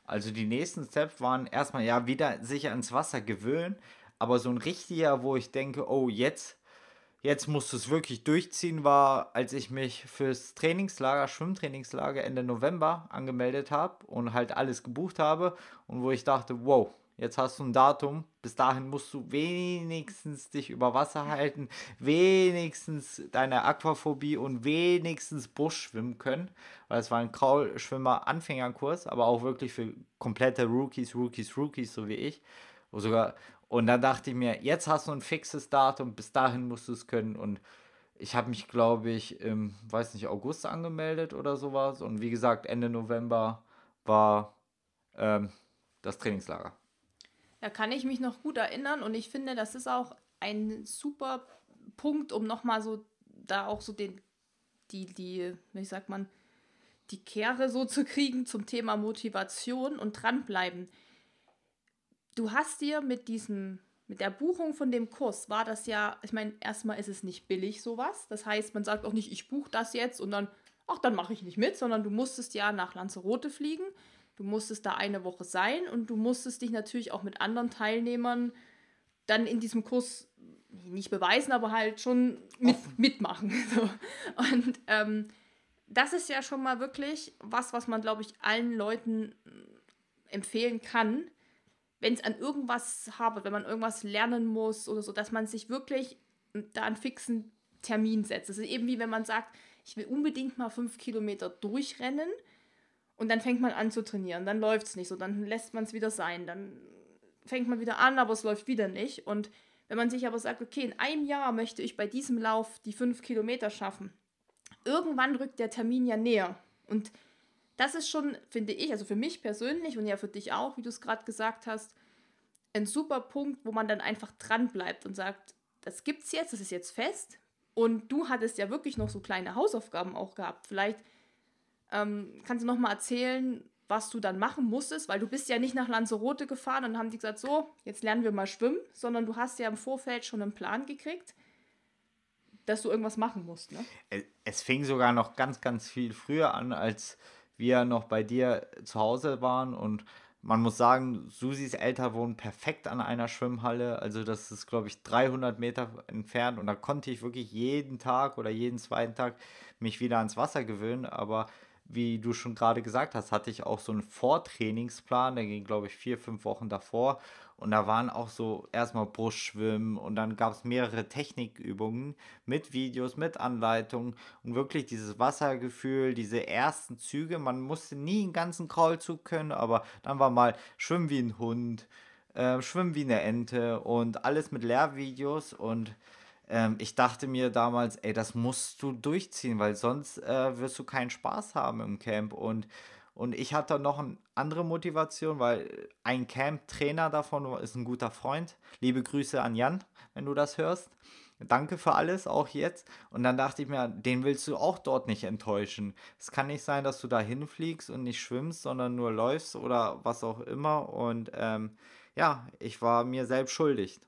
Also die nächsten Steps waren erstmal ja wieder sicher ins Wasser gewöhnen, aber so ein richtiger, wo ich denke, oh, jetzt, jetzt musst du es wirklich durchziehen, war, als ich mich fürs Trainingslager, Schwimmtrainingslager Ende November angemeldet habe und halt alles gebucht habe und wo ich dachte, wow, jetzt hast du ein Datum, bis dahin musst du wenigstens dich über Wasser halten, wenigstens deine Aquaphobie und wenigstens Busch schwimmen können, weil es war ein Kraulschwimmer-Anfängerkurs, aber auch wirklich für komplette Rookies, Rookies, Rookies, so wie ich. Wo sogar, und dann dachte ich mir, jetzt hast du ein fixes Datum, bis dahin musst du es können. Und ich habe mich, glaube ich, im, weiß nicht, August angemeldet oder sowas. Und wie gesagt, Ende November war ähm, das Trainingslager. Da kann ich mich noch gut erinnern und ich finde, das ist auch ein super Punkt, um nochmal so, da auch so den, die, die, wie sagt man, die Kehre so zu kriegen zum Thema Motivation und dranbleiben. Du hast dir mit diesem, mit der Buchung von dem Kurs, war das ja, ich meine, erstmal ist es nicht billig sowas. Das heißt, man sagt auch nicht, ich buche das jetzt und dann, ach, dann mache ich nicht mit, sondern du musstest ja nach Lanzarote fliegen. Du musstest da eine Woche sein und du musstest dich natürlich auch mit anderen Teilnehmern dann in diesem Kurs nicht beweisen, aber halt schon mit, mitmachen. So. Und ähm, das ist ja schon mal wirklich was, was man, glaube ich, allen Leuten empfehlen kann, wenn es an irgendwas habe, wenn man irgendwas lernen muss oder so, dass man sich wirklich da einen fixen Termin setzt. Das ist eben wie wenn man sagt, ich will unbedingt mal fünf Kilometer durchrennen und dann fängt man an zu trainieren. Dann läuft es nicht so, dann lässt man es wieder sein. Dann fängt man wieder an, aber es läuft wieder nicht. Und wenn man sich aber sagt, okay, in einem Jahr möchte ich bei diesem Lauf die fünf Kilometer schaffen, irgendwann rückt der Termin ja näher. Und das ist schon, finde ich, also für mich persönlich und ja für dich auch, wie du es gerade gesagt hast, ein super Punkt, wo man dann einfach dran bleibt und sagt, das gibt's jetzt, das ist jetzt fest. Und du hattest ja wirklich noch so kleine Hausaufgaben auch gehabt. Vielleicht ähm, kannst du noch mal erzählen, was du dann machen musstest, weil du bist ja nicht nach Lanzarote gefahren und haben die gesagt, so, jetzt lernen wir mal schwimmen, sondern du hast ja im Vorfeld schon einen Plan gekriegt, dass du irgendwas machen musst, ne? Es fing sogar noch ganz, ganz viel früher an, als wir noch bei dir zu Hause waren und man muss sagen, Susis Eltern wohnen perfekt an einer Schwimmhalle, also das ist, glaube ich, dreihundert Meter entfernt und da konnte ich wirklich jeden Tag oder jeden zweiten Tag mich wieder ans Wasser gewöhnen, aber wie du schon gerade gesagt hast, hatte ich auch so einen Vortrainingsplan, der ging, glaube ich, vier, fünf Wochen davor und da waren auch so erstmal Brustschwimmen und dann gab es mehrere Technikübungen mit Videos, mit Anleitungen und wirklich dieses Wassergefühl, diese ersten Züge. Man musste nie einen ganzen Kraulzug können, aber dann war mal Schwimmen wie ein Hund, äh, Schwimmen wie eine Ente und alles mit Lehrvideos und ähm, ich dachte mir damals, ey, das musst du durchziehen, weil sonst äh, wirst du keinen Spaß haben im Camp und und ich hatte noch eine andere Motivation, weil ein Camp-Trainer davon ist ein guter Freund. Liebe Grüße an Jan, wenn du das hörst. Danke für alles, auch jetzt. Und dann dachte ich mir, den willst du auch dort nicht enttäuschen. Es kann nicht sein, dass du da hinfliegst und nicht schwimmst, sondern nur läufst oder was auch immer. Und ähm, ja, ich war mir selbst schuldig.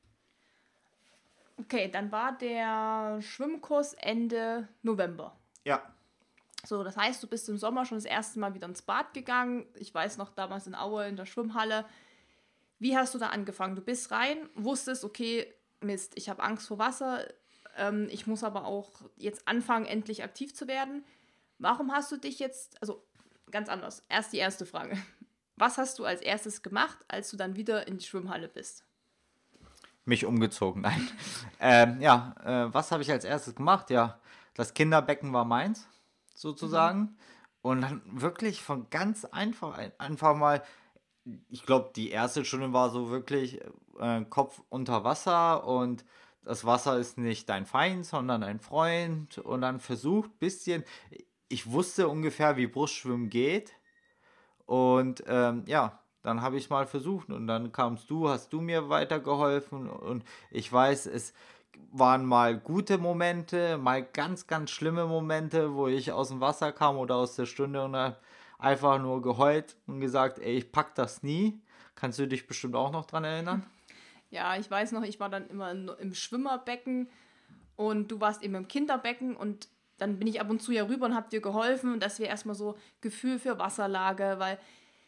Okay, dann war der Schwimmkurs Ende November. Ja. So, das heißt, du bist im Sommer schon das erste Mal wieder ins Bad gegangen. Ich weiß noch, damals in Aue in der Schwimmhalle. Wie hast du da angefangen? Du bist rein, wusstest, okay, Mist, ich habe Angst vor Wasser. Ähm, ich muss aber auch jetzt anfangen, endlich aktiv zu werden. Warum hast du dich jetzt, also ganz anders, erst die erste Frage. Was hast du als erstes gemacht, als du dann wieder in die Schwimmhalle bist? Mich umgezogen, nein. ähm, ja, äh, was habe ich als erstes gemacht? Ja, das Kinderbecken war meins, sozusagen. Mhm. Und dann wirklich von ganz einfach, einfach mal, ich glaube, die erste Stunde war so wirklich äh, Kopf unter Wasser und das Wasser ist nicht dein Feind, sondern ein Freund. Und dann versucht bisschen, ich wusste ungefähr, wie Brustschwimmen geht. Und ähm, ja, dann habe ich es mal versucht und dann kamst du, hast du mir weitergeholfen und ich weiß, es waren mal gute Momente, mal ganz, ganz schlimme Momente, wo ich aus dem Wasser kam oder aus der Stunde und dann einfach nur geheult und gesagt, ey, ich pack das nie. Kannst du dich bestimmt auch noch dran erinnern? Ja, ich weiß noch, ich war dann immer im Schwimmerbecken und du warst eben im Kinderbecken und dann bin ich ab und zu ja rüber und hab dir geholfen und dass wir erstmal so Gefühl für Wasserlage, weil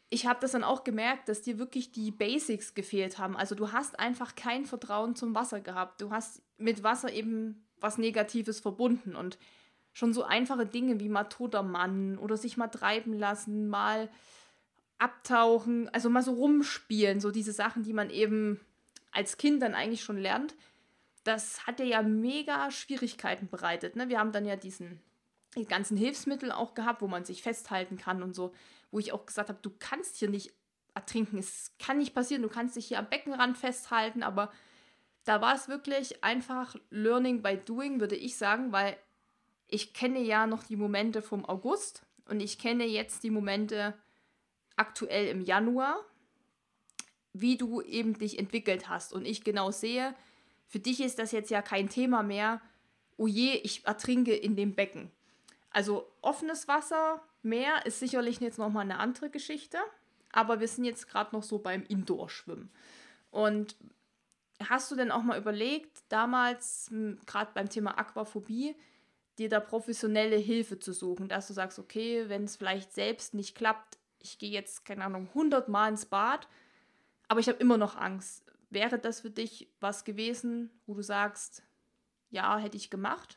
ich habe das dann auch gemerkt, dass dir wirklich die Basics gefehlt haben. Also du hast einfach kein Vertrauen zum Wasser gehabt. Du hast mit Wasser eben was Negatives verbunden und schon so einfache Dinge wie mal toter Mann oder sich mal treiben lassen, mal abtauchen, also mal so rumspielen, so diese Sachen, die man eben als Kind dann eigentlich schon lernt, das hat dir ja mega Schwierigkeiten bereitet. Ne? Wir haben dann ja diesen die ganzen Hilfsmittel auch gehabt, wo man sich festhalten kann und so, wo ich auch gesagt habe, du kannst hier nicht ertrinken, es kann nicht passieren, du kannst dich hier am Beckenrand festhalten, aber da war es wirklich einfach Learning by Doing, würde ich sagen, weil ich kenne ja noch die Momente vom August und ich kenne jetzt die Momente aktuell im Januar, wie du eben dich entwickelt hast und ich genau sehe, für dich ist das jetzt ja kein Thema mehr, oh je, ich ertrinke in dem Becken. Also offenes Wasser, Meer ist sicherlich jetzt nochmal eine andere Geschichte, aber wir sind jetzt gerade noch so beim Indoor-Schwimmen. Und hast du denn auch mal überlegt, damals, gerade beim Thema Aquaphobie, dir da professionelle Hilfe zu suchen, dass du sagst, okay, wenn es vielleicht selbst nicht klappt, ich gehe jetzt, keine Ahnung, hundert Mal ins Bad, aber ich habe immer noch Angst. Wäre das für dich was gewesen, wo du sagst, ja, hätte ich gemacht?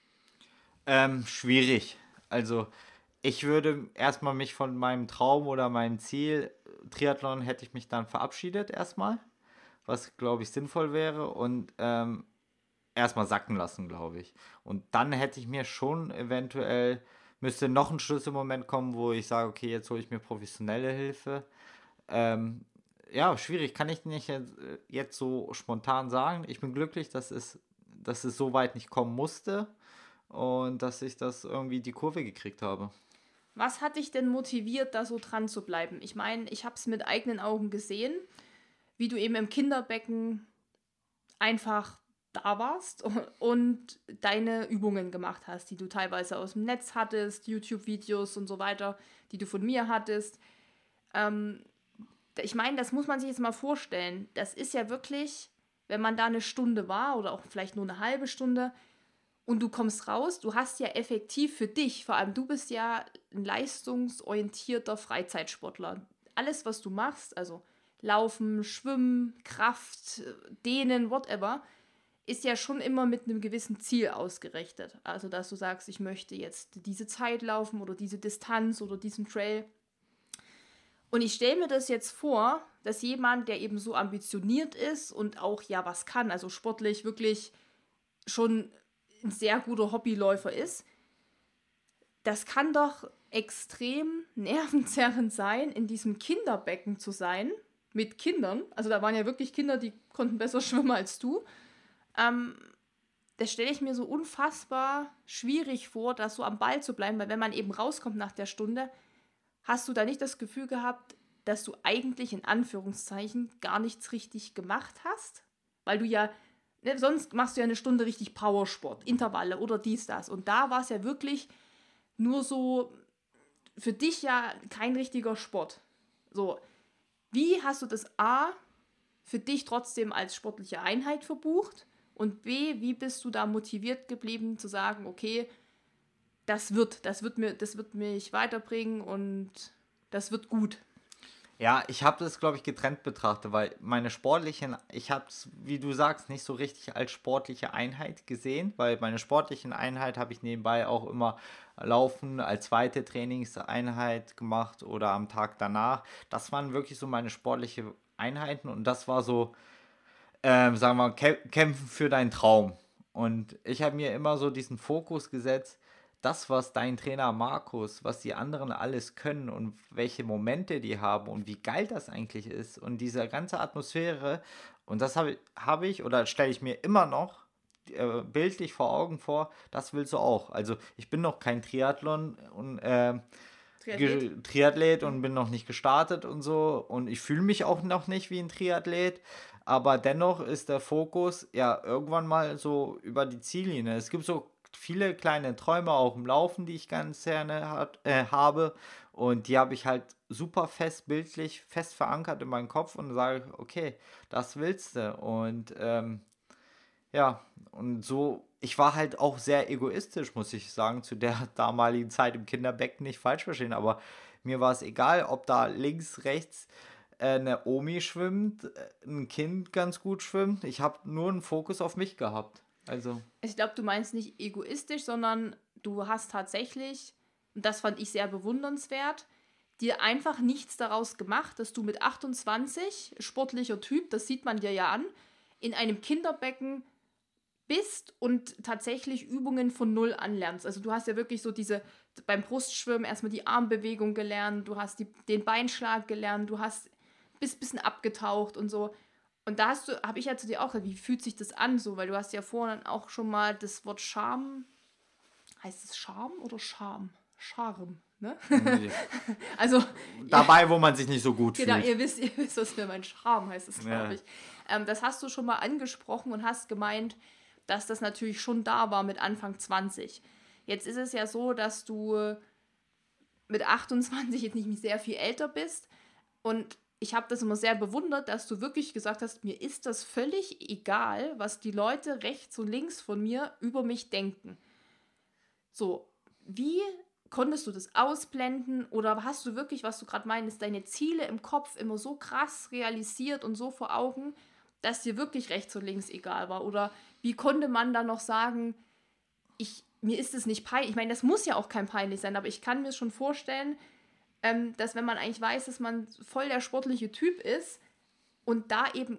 Ähm, schwierig. Also ich würde erstmal mich von meinem Traum oder meinem Ziel, Triathlon, hätte ich mich dann verabschiedet erstmal, was glaube ich sinnvoll wäre und ähm, erstmal sacken lassen, glaube ich. Und dann hätte ich mir schon eventuell, müsste noch ein Schlüsselmoment kommen, wo ich sage, okay, jetzt hole ich mir professionelle Hilfe. Ähm, ja, schwierig, kann ich nicht jetzt, äh, jetzt so spontan sagen. Ich bin glücklich, dass es, dass es so weit nicht kommen musste und dass ich das irgendwie die Kurve gekriegt habe. Was hat dich denn motiviert, da so dran zu bleiben? Ich meine, ich habe es mit eigenen Augen gesehen, wie du eben im Kinderbecken einfach da warst und deine Übungen gemacht hast, die du teilweise aus dem Netz hattest, YouTube-Videos und so weiter, die du von mir hattest. Ähm, ich meine, das muss man sich jetzt mal vorstellen. Das ist ja wirklich, wenn man da eine Stunde war oder auch vielleicht nur eine halbe Stunde und du kommst raus, du hast ja effektiv für dich, vor allem du bist ja ein leistungsorientierter Freizeitsportler. Alles, was du machst, also Laufen, Schwimmen, Kraft, Dehnen, whatever, ist ja schon immer mit einem gewissen Ziel ausgerichtet. Also, dass du sagst, ich möchte jetzt diese Zeit laufen oder diese Distanz oder diesen Trail. Und ich stelle mir das jetzt vor, dass jemand, der eben so ambitioniert ist und auch ja was kann, also sportlich wirklich schon ein sehr guter Hobbyläufer ist, das kann doch extrem nervenzerrend sein, in diesem Kinderbecken zu sein, mit Kindern. Also da waren ja wirklich Kinder, die konnten besser schwimmen als du. Ähm, das stelle ich mir so unfassbar schwierig vor, da so am Ball zu bleiben, weil wenn man eben rauskommt nach der Stunde, hast du da nicht das Gefühl gehabt, dass du eigentlich in Anführungszeichen gar nichts richtig gemacht hast? Weil du ja, ne, sonst machst du ja eine Stunde richtig Powersport, Intervalle oder dies, das. Und da war es ja wirklich nur so für dich ja kein richtiger Sport. So, wie hast du das A für dich trotzdem als sportliche Einheit verbucht? Und B, wie bist du da motiviert geblieben zu sagen, okay, das wird, das wird mir, das wird mich weiterbringen und das wird gut. Ja, ich habe das, glaube ich, getrennt betrachtet, weil meine sportlichen, ich habe es, wie du sagst, nicht so richtig als sportliche Einheit gesehen, weil meine sportlichen Einheit habe ich nebenbei auch immer Laufen als zweite Trainingseinheit gemacht oder am Tag danach. Das waren wirklich so meine sportliche Einheiten und das war so, ähm, sagen wir, Kä- kämpfen für deinen Traum. Und ich habe mir immer so diesen Fokus gesetzt, das, was dein Trainer Markus, was die anderen alles können und welche Momente die haben und wie geil das eigentlich ist und diese ganze Atmosphäre, und das habe hab ich oder stelle ich mir immer noch äh, bildlich vor Augen vor, das willst du auch. Also ich bin noch kein Triathlon und äh, Triathlet. Ge- Triathlet und bin noch nicht gestartet und so und ich fühle mich auch noch nicht wie ein Triathlet, aber dennoch ist der Fokus ja irgendwann mal so über die Ziellinie. Es gibt so viele kleine Träume auch im Laufen, die ich ganz gerne hat, äh, habe und die habe ich halt super fest bildlich fest verankert in meinem Kopf und sage, okay, das willst du und ähm, ja, und so, ich war halt auch sehr egoistisch, muss ich sagen, zu der damaligen Zeit im Kinderbecken, nicht falsch verstehen, aber mir war es egal, ob da links, rechts äh, eine Omi schwimmt, äh, ein Kind ganz gut schwimmt. Ich habe nur einen Fokus auf mich gehabt. Also, Ich glaube, du meinst nicht egoistisch, sondern du hast tatsächlich, und das fand ich sehr bewundernswert, dir einfach nichts daraus gemacht, dass du mit achtundzwanzig, sportlicher Typ, das sieht man dir ja an, in einem Kinderbecken bist und tatsächlich Übungen von Null anlernst. Also du hast ja wirklich so diese, beim Brustschwimmen erstmal die Armbewegung gelernt, du hast die, den Beinschlag gelernt, du hast bist ein bisschen abgetaucht und so. Und da hast du, habe ich ja zu dir auch gesagt, wie fühlt sich das an so, weil du hast ja vorhin auch schon mal das Wort Charme, heißt es Charme oder Charme? Charme, ne? irgendwie Also, dabei, wo man sich nicht so gut genau, fühlt. ihr wisst, ihr wisst, was für mein Charme heißt es, glaube Ja. ich. Ähm, das hast du schon mal angesprochen und hast gemeint, dass das natürlich schon da war mit Anfang zwanzig. Jetzt ist es ja so, dass du mit achtundzwanzig jetzt nicht sehr viel älter bist und ich habe das immer sehr bewundert, dass du wirklich gesagt hast, mir ist das völlig egal, was die Leute rechts und links von mir über mich denken. So, wie konntest du das ausblenden oder hast du wirklich, was du gerade meinst, deine Ziele im Kopf immer so krass realisiert und so vor Augen, dass dir wirklich rechts und links egal war? Oder wie konnte man dann noch sagen, ich, mir ist es nicht peinlich? Ich meine, das muss ja auch kein peinlich sein, aber ich kann mir schon vorstellen, ähm, dass wenn man eigentlich weiß, dass man voll der sportliche Typ ist und da eben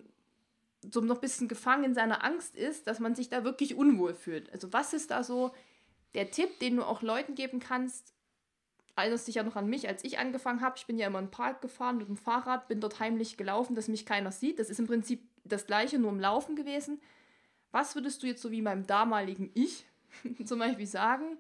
so noch ein bisschen gefangen in seiner Angst ist, dass man sich da wirklich unwohl fühlt. Also was ist da so der Tipp, den du auch Leuten geben kannst? Erinnerst dich ja noch an mich, als ich angefangen habe. Ich bin ja immer in den Park gefahren mit dem Fahrrad, bin dort heimlich gelaufen, dass mich keiner sieht. Das ist im Prinzip das Gleiche, nur im Laufen gewesen. Was würdest du jetzt so wie meinem damaligen Ich zum Beispiel sagen,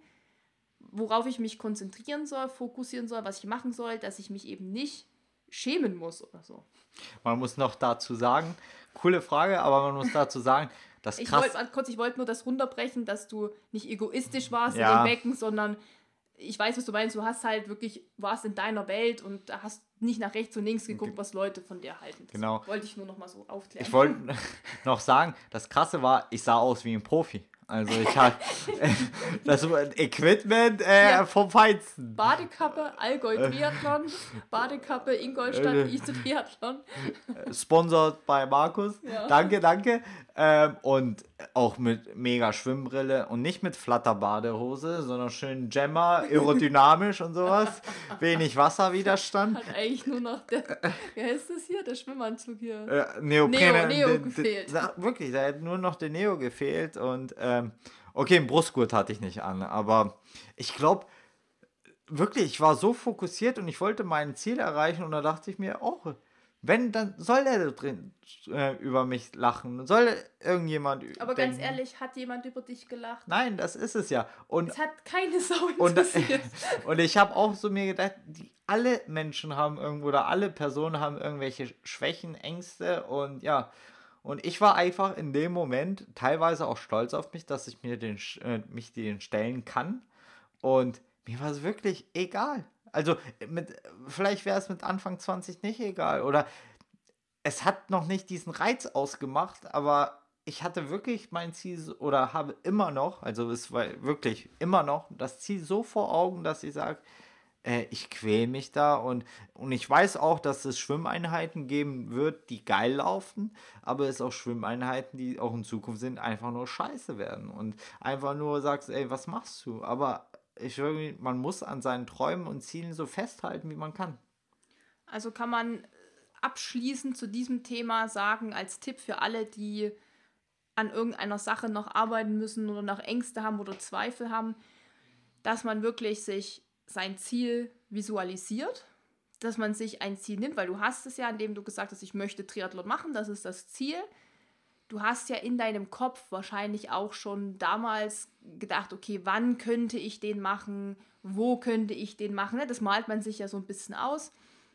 worauf ich mich konzentrieren soll, fokussieren soll, was ich machen soll, dass ich mich eben nicht schämen muss oder so? Man muss noch dazu sagen, coole Frage, aber man muss dazu sagen, das Ich krass. wollte kurz, ich wollte nur das runterbrechen, dass du nicht egoistisch warst Ja. in dem Becken, sondern ich weiß, was du meinst, du hast halt wirklich, warst in deiner Welt und hast nicht nach rechts und links geguckt, was Leute von dir halten. Das Genau. wollte ich nur noch mal so aufklären. Ich wollte noch sagen, das Krasse war, ich sah aus wie ein Profi. Also ich hatte das Equipment äh, Ja. vom Feinsten. Badekappe, Allgäu Triathlon, Badekappe, Ingolstadt, Äh. Triathlon. Sponsored bei Markus. Ja. Danke, danke. Ähm, und auch mit mega Schwimmbrille und nicht mit Flatterbadehose, sondern schön Jammer, aerodynamisch und sowas. Wenig Wasserwiderstand. Hat eigentlich nur noch der, wie heißt das hier, der Schwimmanzug hier. Äh, Neoprene, Neo- Neo d- d- gefehlt. da- wirklich, da hätte nur noch der Neo gefehlt. Und ähm, okay, einen Brustgurt hatte ich nicht an, aber ich glaube, wirklich, ich war so fokussiert und ich wollte mein Ziel erreichen und da dachte ich mir, oh, wenn, dann soll der da drin äh, über mich lachen. Soll irgendjemand Aber denken. ganz ehrlich, hat jemand über dich gelacht? Nein, das ist es ja. Und, Es hat keine Sau und, interessiert. und ich habe auch so mir gedacht, die, alle Menschen haben irgendwo oder alle Personen haben irgendwelche Schwächen, Ängste und ja. Und ich war einfach in dem Moment teilweise auch stolz auf mich, dass ich mir den, äh, mich den stellen kann. Und mir war es wirklich egal. Also mit, vielleicht wäre es mit Anfang zwanzig nicht egal. Oder es hat noch nicht diesen Reiz ausgemacht, aber ich hatte wirklich mein Ziel so- oder habe immer noch, also es war wirklich immer noch das Ziel so vor Augen, dass ich sage, äh, ich quäle mich da und, und ich weiß auch, dass es Schwimmeinheiten geben wird, die geil laufen, aber es auch Schwimmeinheiten, die auch in Zukunft sind, einfach nur scheiße werden und einfach nur sagst, ey, was machst du? Aber ich irgendwie, man muss an seinen Träumen und Zielen so festhalten, wie man kann. Also kann man abschließend zu diesem Thema sagen, als Tipp für alle, die an irgendeiner Sache noch arbeiten müssen oder noch Ängste haben oder Zweifel haben, dass man wirklich sich sein Ziel visualisiert, dass man sich ein Ziel nimmt, weil du hast es ja, indem du gesagt hast, ich möchte Triathlon machen, das ist das Ziel. Du hast ja in deinem Kopf wahrscheinlich auch schon damals gedacht, okay, wann könnte ich den machen, wo könnte ich den machen, das malt man sich ja so ein bisschen aus.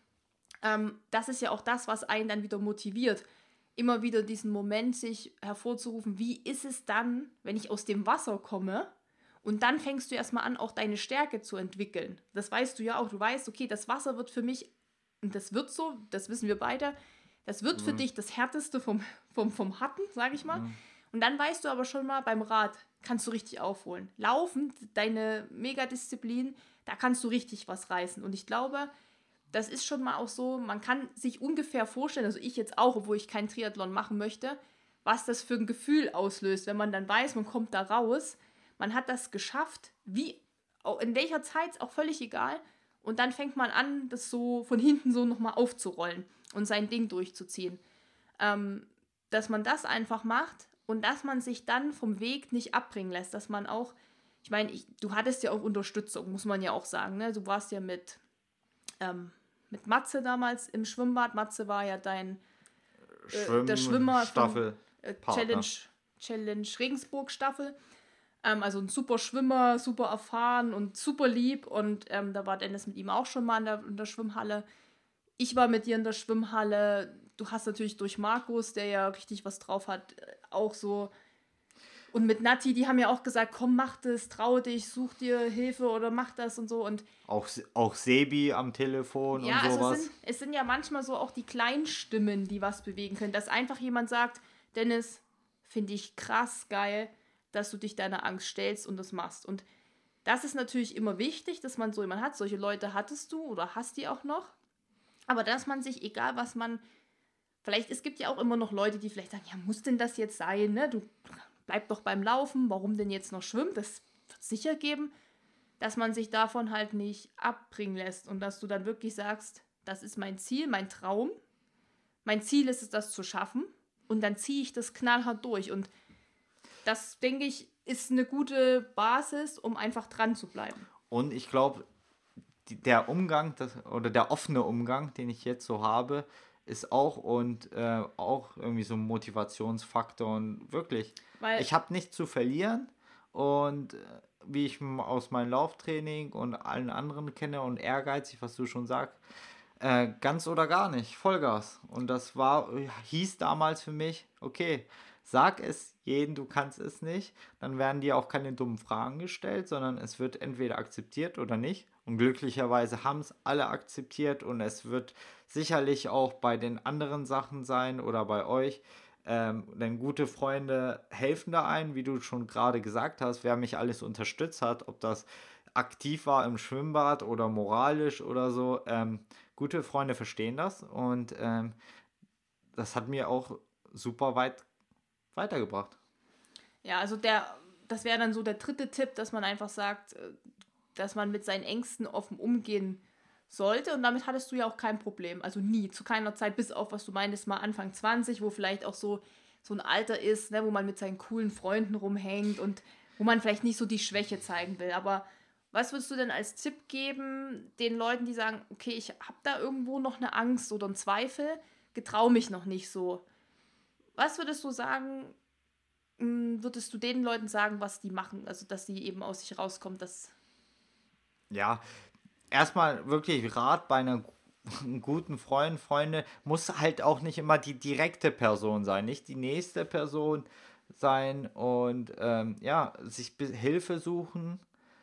Ähm, das ist ja auch das, was einen dann wieder motiviert, immer wieder diesen Moment sich hervorzurufen, wie ist es dann, wenn ich aus dem Wasser komme? Und dann fängst du erstmal an, auch deine Stärke zu entwickeln. Das weißt du ja auch. Du weißt, okay, das Wasser wird für mich, und das wird so, das wissen wir beide, das wird für dich das Härteste vom, vom, vom Harten, sage ich mal. Und dann weißt du aber schon mal beim Rad, kannst du richtig aufholen. Laufen, deine Megadisziplin, da kannst du richtig was reißen. Und ich glaube, das ist schon mal auch so, man kann sich ungefähr vorstellen, also ich jetzt auch, obwohl ich keinen Triathlon machen möchte, was das für ein Gefühl auslöst, wenn man dann weiß, man kommt da raus, man hat das geschafft, wie, in welcher Zeit, ist auch völlig egal, und dann fängt man an, das so von hinten so nochmal aufzurollen und sein Ding durchzuziehen. Ähm, dass man das einfach macht und dass man sich dann vom Weg nicht abbringen lässt, dass man auch, ich meine, ich, du hattest ja auch Unterstützung, muss man ja auch sagen, ne? Du warst ja mit, ähm, mit Matze damals im Schwimmbad, Matze war ja dein äh, der Schwimmer Staffel von äh, Challenge, Challenge Regensburg Staffel, ähm, also ein super Schwimmer, super erfahren und super lieb und ähm, da war Dennis mit ihm auch schon mal in der, in der Schwimmhalle. Ich war mit dir in der Schwimmhalle. Du hast natürlich durch Markus, der ja richtig was drauf hat, auch so. Und mit Nati, die haben ja auch gesagt, komm, mach das, trau dich, such dir Hilfe oder mach das und so. Und auch, auch Sebi am Telefon ja, und sowas. Also es, sind, es sind ja manchmal so auch die kleinen Stimmen, die was bewegen können. Dass einfach jemand sagt, Dennis, finde ich krass geil, dass du dich deiner Angst stellst und das machst. Und das ist natürlich immer wichtig, dass man so jemanden hat. Solche Leute hattest du oder hast die auch noch. Aber dass man sich, egal was man, vielleicht, es gibt ja auch immer noch Leute, die vielleicht sagen, ja, muss denn das jetzt sein, ne? Du bleib doch beim Laufen, warum denn jetzt noch schwimmen? Das wird es sicher geben, dass man sich davon halt nicht abbringen lässt und dass du dann wirklich sagst, das ist mein Ziel, mein Traum. Mein Ziel ist es, das zu schaffen und dann ziehe ich das knallhart durch und das, denke ich, ist eine gute Basis, um einfach dran zu bleiben. Und ich glaube, der Umgang, das, oder der offene Umgang, den ich jetzt so habe, ist auch und äh, auch irgendwie so ein Motivationsfaktor und wirklich, Weil ich habe nichts zu verlieren und äh, wie ich aus meinem Lauftraining und allen anderen kenne und ehrgeizig, was du schon sagst, äh, ganz oder gar nicht, Vollgas. Und das war, hieß damals für mich, okay, sag es jeden, du kannst es nicht, dann werden dir auch keine dummen Fragen gestellt, sondern es wird entweder akzeptiert oder nicht. Und glücklicherweise haben es alle akzeptiert und es wird sicherlich auch bei den anderen Sachen sein oder bei euch. Ähm, denn gute Freunde helfen da ein, wie du schon gerade gesagt hast, wer mich alles unterstützt hat, ob das aktiv war im Schwimmbad oder moralisch oder so. Ähm, gute Freunde verstehen das und ähm, das hat mir auch super weit weitergebracht. Ja, also der, das wäre dann so der dritte Tipp, dass man einfach sagt, dass man mit seinen Ängsten offen umgehen sollte und damit hattest du ja auch kein Problem, also nie, zu keiner Zeit, bis auf, was du meintest, mal Anfang zwanzig, wo vielleicht auch so, so ein Alter ist, ne, wo man mit seinen coolen Freunden rumhängt und wo man vielleicht nicht so die Schwäche zeigen will, aber was würdest du denn als Tipp geben den Leuten, die sagen, okay, ich habe da irgendwo noch eine Angst oder einen Zweifel, getrau mich noch nicht so. Was würdest du sagen, würdest du den Leuten sagen, was die machen, also dass sie eben aus sich rauskommen, dass... Ja, erstmal wirklich Rat bei einer guten Freund, Freunde, muss halt auch nicht immer die direkte Person sein, nicht die nächste Person sein und ähm, ja, sich Hilfe suchen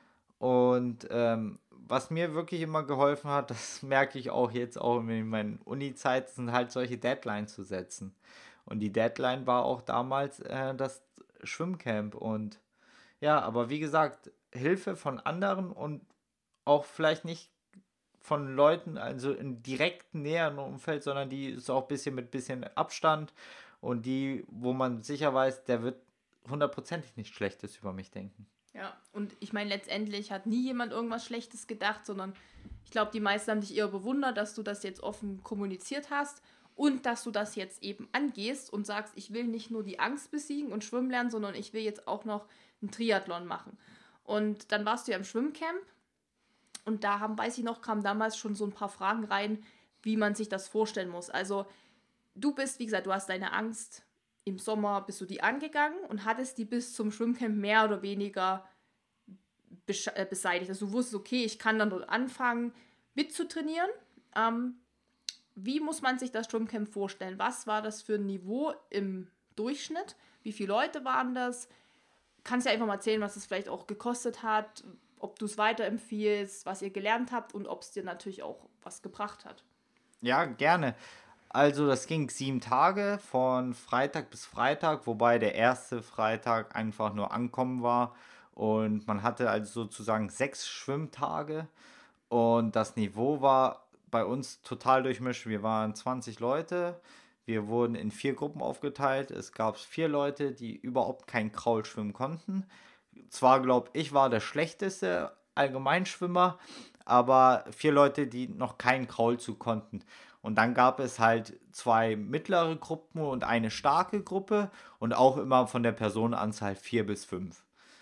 und ähm, was mir wirklich immer geholfen hat, das merke ich auch jetzt auch in meiner Uni-Zeit, sind halt solche Deadlines zu setzen. Und die Deadline war auch damals äh, das Schwimmcamp und ja, aber wie gesagt, Hilfe von anderen und auch vielleicht nicht von Leuten, also im direkten näheren Umfeld, sondern die ist auch ein bisschen mit bisschen Abstand und die, wo man sicher weiß, der wird hundertprozentig nichts Schlechtes über mich denken. Ja, und ich meine, letztendlich hat nie jemand irgendwas Schlechtes gedacht, sondern ich glaube, die meisten haben dich eher bewundert, dass du das jetzt offen kommuniziert hast und dass du das jetzt eben angehst und sagst, ich will nicht nur die Angst besiegen und schwimmen lernen, sondern ich will jetzt auch noch einen Triathlon machen. Und dann warst du ja im Schwimmcamp und da haben, weiß ich noch, kamen damals schon so ein paar Fragen rein, wie man sich das vorstellen muss. Also du bist, wie gesagt, du hast deine Angst, im Sommer bist du die angegangen und hattest die bis zum Schwimmcamp mehr oder weniger beseitigt. Also du wusstest, okay, ich kann dann dort anfangen mitzutrainieren. Ähm, wie muss man sich das Schwimmcamp vorstellen? Was war das für ein Niveau im Durchschnitt? Wie viele Leute waren das? Kannst du ja einfach mal erzählen, was es vielleicht auch gekostet hat, ob du es weiterempfiehlst, was ihr gelernt habt und ob es dir natürlich auch was gebracht hat. Ja, gerne. Also das ging sieben Tage von Freitag bis Freitag, wobei der erste Freitag einfach nur Ankommen war und man hatte also sozusagen sechs Schwimmtage und das Niveau war bei uns total durchmischt. Wir waren zwanzig Leute, wir wurden in vier Gruppen aufgeteilt. Es gab vier Leute, die überhaupt kein Kraul schwimmen konnten. Zwar glaube ich, war der schlechteste Allgemeinschwimmer, aber vier Leute, die noch keinen Kraulzug konnten. Und dann gab es halt zwei mittlere Gruppen und eine starke Gruppe und auch immer von der Personenanzahl vier bis fünf.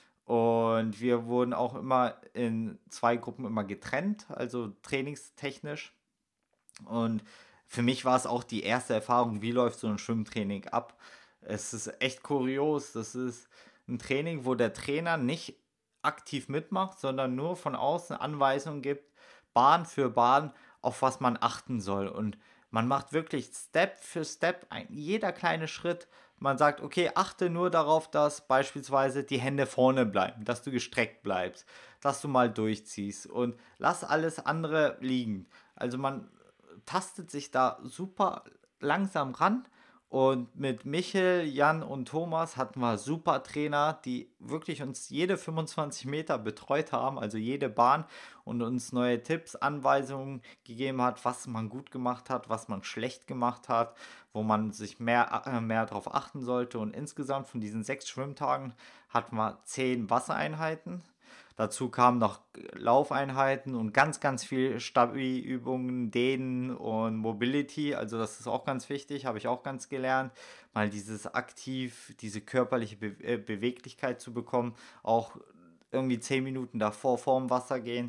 Und wir wurden auch immer in zwei Gruppen immer getrennt, also trainingstechnisch. Und für mich war es auch die erste Erfahrung, wie läuft so ein Schwimmtraining ab. Es ist echt kurios. Das ist ein Training, wo der Trainer nicht aktiv mitmacht, sondern nur von außen Anweisungen gibt, Bahn für Bahn, auf was man achten soll. Und man macht wirklich Step für Step, ein, jeder kleine Schritt. Man sagt, okay, achte nur darauf, dass beispielsweise die Hände vorne bleiben, dass du gestreckt bleibst, dass du mal durchziehst und lass alles andere liegen. Also man tastet sich da super langsam ran. Und mit Michel, Jan und Thomas hatten wir super Trainer, die wirklich uns jede fünfundzwanzig Meter betreut haben, also jede Bahn und uns neue Tipps, Anweisungen gegeben hat, was man gut gemacht hat, was man schlecht gemacht hat, wo man sich mehr, äh, mehr darauf achten sollte. Und insgesamt von diesen sechs Schwimmtagen hatten wir zehn Wassereinheiten. Dazu kamen noch Laufeinheiten und ganz, ganz viel Stabi-Übungen, Dehnen und Mobility. Also das ist auch ganz wichtig, habe ich auch ganz gelernt, mal dieses aktiv, diese körperliche Be äh, Beweglichkeit zu bekommen. Auch irgendwie zehn Minuten davor vorm Wasser gehen.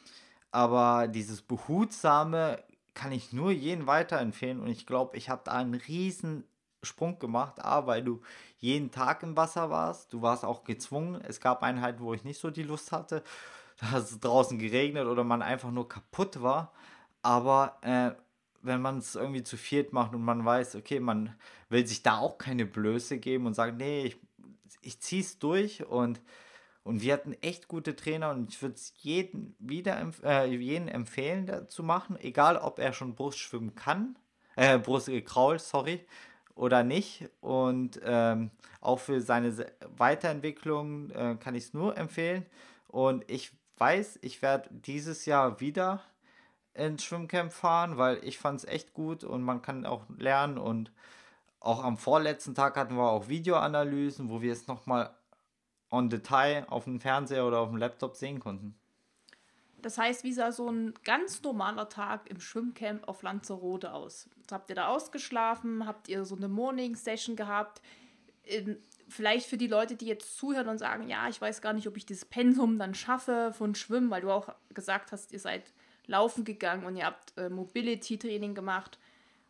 Aber dieses Behutsame kann ich nur jedem weiterempfehlen und ich glaube, ich habe da einen riesen Sprung gemacht, A, weil du jeden Tag im Wasser warst, du warst auch gezwungen, es gab Einheiten, wo ich nicht so die Lust hatte, da hat es draußen geregnet oder man einfach nur kaputt war, aber äh, wenn man es irgendwie zu viert macht und man weiß, okay, man will sich da auch keine Blöße geben und sagt, nee, ich, ich zieh's durch und und wir hatten echt gute Trainer und ich würde es jedem wieder empf äh, jeden empfehlen, da zu machen, egal ob er schon Brustschwimmen kann, äh, Brustkraul, sorry, oder nicht. Und ähm, auch für seine Se- Weiterentwicklung äh, kann ich es nur empfehlen. Und ich weiß, ich werde dieses Jahr wieder ins Schwimmcamp fahren, weil ich fand es echt gut und man kann auch lernen und auch am vorletzten Tag hatten wir auch Videoanalysen, wo wir es nochmal on Detail auf dem Fernseher oder auf dem Laptop sehen konnten. Das heißt, wie sah so ein ganz normaler Tag im Schwimmcamp auf Lanzarote aus? Habt ihr da ausgeschlafen? Habt ihr so eine Morning-Session gehabt? Ähm, vielleicht für die Leute, die jetzt zuhören und sagen, ja, ich weiß gar nicht, ob ich dieses Pensum dann schaffe von Schwimmen, weil du auch gesagt hast, ihr seid laufen gegangen und ihr habt äh, Mobility-Training gemacht,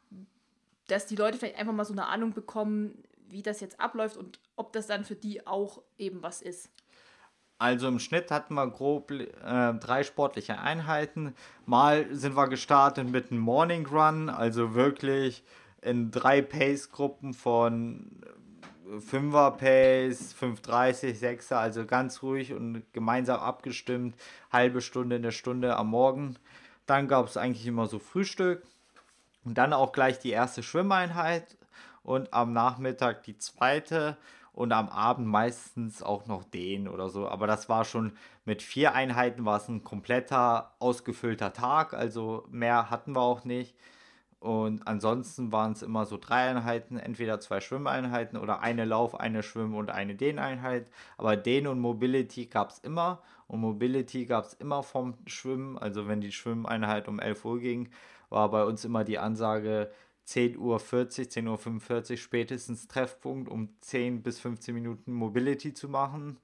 dass die Leute vielleicht einfach mal so eine Ahnung bekommen, wie das jetzt abläuft und ob das dann für die auch eben was ist. Also im Schnitt hatten wir grob äh, drei sportliche Einheiten. Mal sind wir gestartet mit einem Morning Run, also wirklich in drei Pace-Gruppen von fünfer Pace, fünf dreißig, sechser, also ganz ruhig und gemeinsam abgestimmt, halbe Stunde, eine Stunde am Morgen. Dann gab es eigentlich immer so Frühstück und dann auch gleich die erste Schwimmeinheit und am Nachmittag die zweite und am Abend meistens auch noch den oder so. Aber das war schon mit vier Einheiten war es ein kompletter ausgefüllter Tag, also mehr hatten wir auch nicht. Und ansonsten waren es immer so drei Einheiten, entweder zwei Schwimmeinheiten oder eine Lauf-, eine Schwimm- und eine Dehneinheit. Aber Dehn- und Mobility gab es immer. Und Mobility gab es immer vom Schwimmen. Also wenn die Schwimmeinheit um elf Uhr ging, war bei uns immer die Ansage zehn Uhr vierzig, zehn Uhr fünfundvierzig spätestens Treffpunkt, um zehn bis fünfzehn Minuten Mobility zu machen.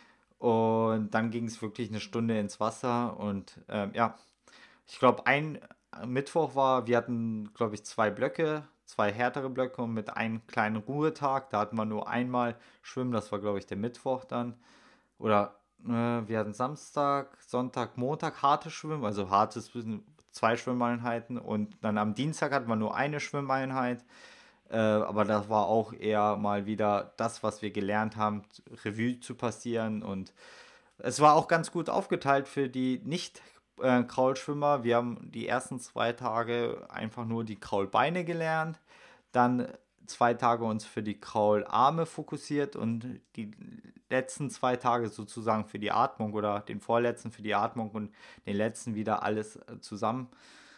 Und dann ging es wirklich eine Stunde ins Wasser. Und ähm, ja, ich glaube, ein Mittwoch war, wir hatten, glaube ich, zwei Blöcke, zwei härtere Blöcke und mit einem kleinen Ruhetag. Da hatten wir nur einmal Schwimmen, das war, glaube ich, der Mittwoch dann. Oder äh, wir hatten Samstag, Sonntag, Montag hartes Schwimmen, also hartes zwei Schwimmeinheiten und dann am Dienstag hatten wir nur eine Schwimmeinheit. Äh, aber das war auch eher mal wieder das, was wir gelernt haben, Revue zu passieren und es war auch ganz gut aufgeteilt für die nicht äh, Kraulschwimmer. Wir haben die ersten zwei Tage einfach nur die Kraulbeine gelernt, dann zwei Tage uns für die Kraularme fokussiert und die letzten zwei Tage sozusagen für die Atmung oder den vorletzten für die Atmung und den letzten wieder alles äh, zusammen.